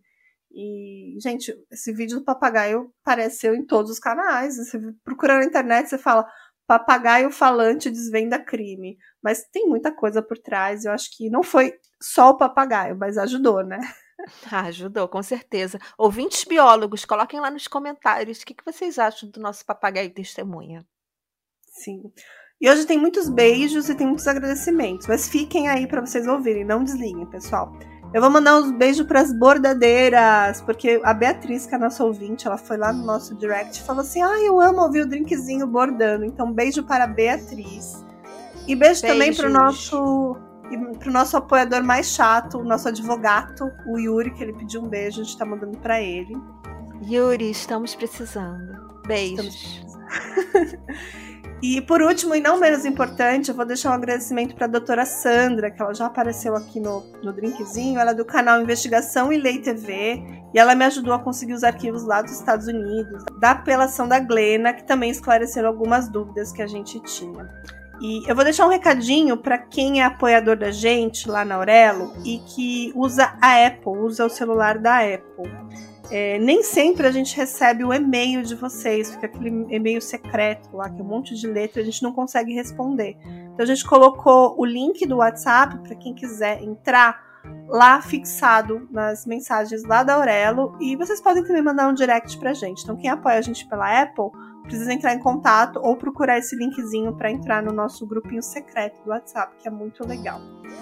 E, gente, esse vídeo do papagaio apareceu em todos os canais. Você procura na internet, você fala papagaio falante desvenda crime. Mas tem muita coisa por trás. Eu acho que não foi só o papagaio, mas ajudou, né? Ah, ajudou, com certeza. Ouvintes biólogos, coloquem lá nos comentários o que, que vocês acham do nosso papagaio testemunha. Sim. E hoje tem muitos beijos e tem muitos agradecimentos. Mas fiquem aí para vocês ouvirem, não desliguem, pessoal. Eu vou mandar uns beijos para as bordadeiras, porque a Beatriz, que é a nossa ouvinte, ela foi lá no nosso direct e falou assim, ah, eu amo ouvir o drinkzinho bordando. Então, beijo para a Beatriz. E beijo Beijos. também para o nosso, pro nosso apoiador mais chato, o nosso advogado, o Yuri, que ele pediu um beijo, a gente tá mandando para ele. Yuri, estamos precisando. Beijos. Estamos precisando. E por último, e não menos importante, eu vou deixar um agradecimento para a doutora Sandra, que ela já apareceu aqui no, no drinkzinho. Ela é do canal Investigação e Lei T V, e ela me ajudou a conseguir os arquivos lá dos Estados Unidos, da apelação da Glena, que também esclareceram algumas dúvidas que a gente tinha. E eu vou deixar um recadinho para quem é apoiador da gente lá na Aurelo e que usa a Apple, usa o celular da Apple. É, nem sempre a gente recebe o e-mail de vocês, fica aquele e-mail secreto lá, que é um monte de letra, a gente não consegue responder. Então a gente colocou o link do WhatsApp para quem quiser entrar lá fixado nas mensagens lá da Aurelo, e vocês podem também mandar um direct pra gente. Então quem apoia a gente pela Apple precisa entrar em contato ou procurar esse linkzinho para entrar no nosso grupinho secreto do WhatsApp, que é muito legal.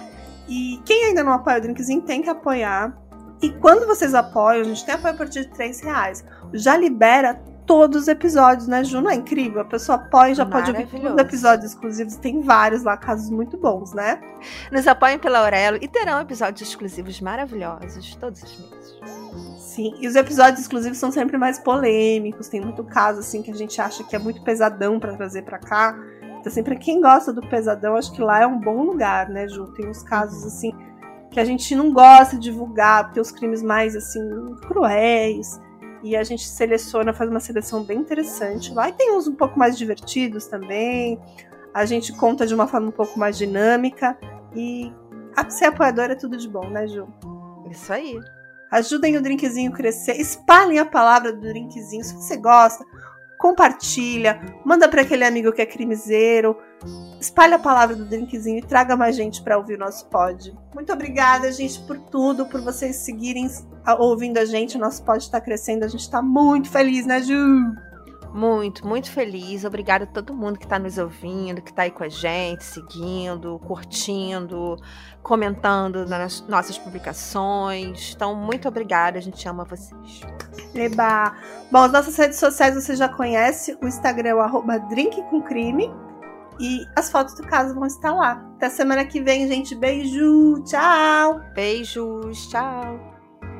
E quem ainda não apoia o drinkzinho tem que apoiar. E quando vocês apoiam, a gente tem apoio a partir de três reais. Já libera todos os episódios, né, Ju? Não é incrível? A pessoa apoia e já pode ouvir todos os episódios exclusivos. Tem vários lá, casos muito bons, né? Nos apoiem pela Aurelo e terão episódios exclusivos maravilhosos todos os meses. Sim, e os episódios exclusivos são sempre mais polêmicos. Tem muito caso, assim, que a gente acha que é muito pesadão pra trazer pra cá. Então, assim, pra quem gosta do pesadão, acho que lá é um bom lugar, né, Ju? Tem uns casos, assim, que a gente não gosta de divulgar, porque os crimes mais, assim, cruéis, e a gente seleciona, faz uma seleção bem interessante lá, e tem uns um pouco mais divertidos também, a gente conta de uma forma um pouco mais dinâmica, e ser apoiador é tudo de bom, né, Ju? Isso aí. Ajudem o drinkzinho a crescer, espalhem a palavra do drinkzinho, se você gosta, compartilha, manda para aquele amigo que é crimiseiro, espalha a palavra do drinkzinho e traga mais gente para ouvir o nosso pod. Muito obrigada, gente, por tudo, por vocês seguirem ouvindo a gente. O nosso pod está crescendo, a gente está muito feliz, né, Ju? Muito, muito feliz. Obrigada a todo mundo que está nos ouvindo, que está aí com a gente, seguindo, curtindo, comentando nas nossas publicações. Então, muito obrigada, a gente ama vocês. Eba! Bom, as nossas redes sociais você já conhece, o Instagram é o arroba drinkcomcrime e as fotos do caso vão estar lá. Até semana que vem, gente. Beijo! Tchau! Beijos! Tchau!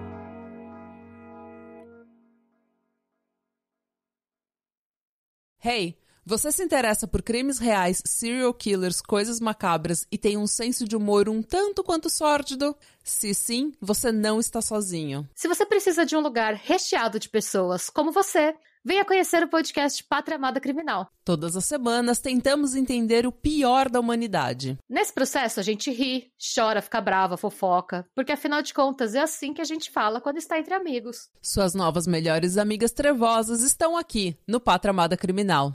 Hey, você se interessa por crimes reais, serial killers, coisas macabras e tem um senso de humor um tanto quanto sórdido? Se sim, você não está sozinho. Se você precisa de um lugar recheado de pessoas como você, venha conhecer o podcast Pátria Amada Criminal. Todas as semanas tentamos entender o pior da humanidade. Nesse processo a gente ri, chora, fica brava, fofoca, porque afinal de contas é assim que a gente fala quando está entre amigos. Suas novas melhores amigas trevosas estão aqui no Pátria Amada Criminal.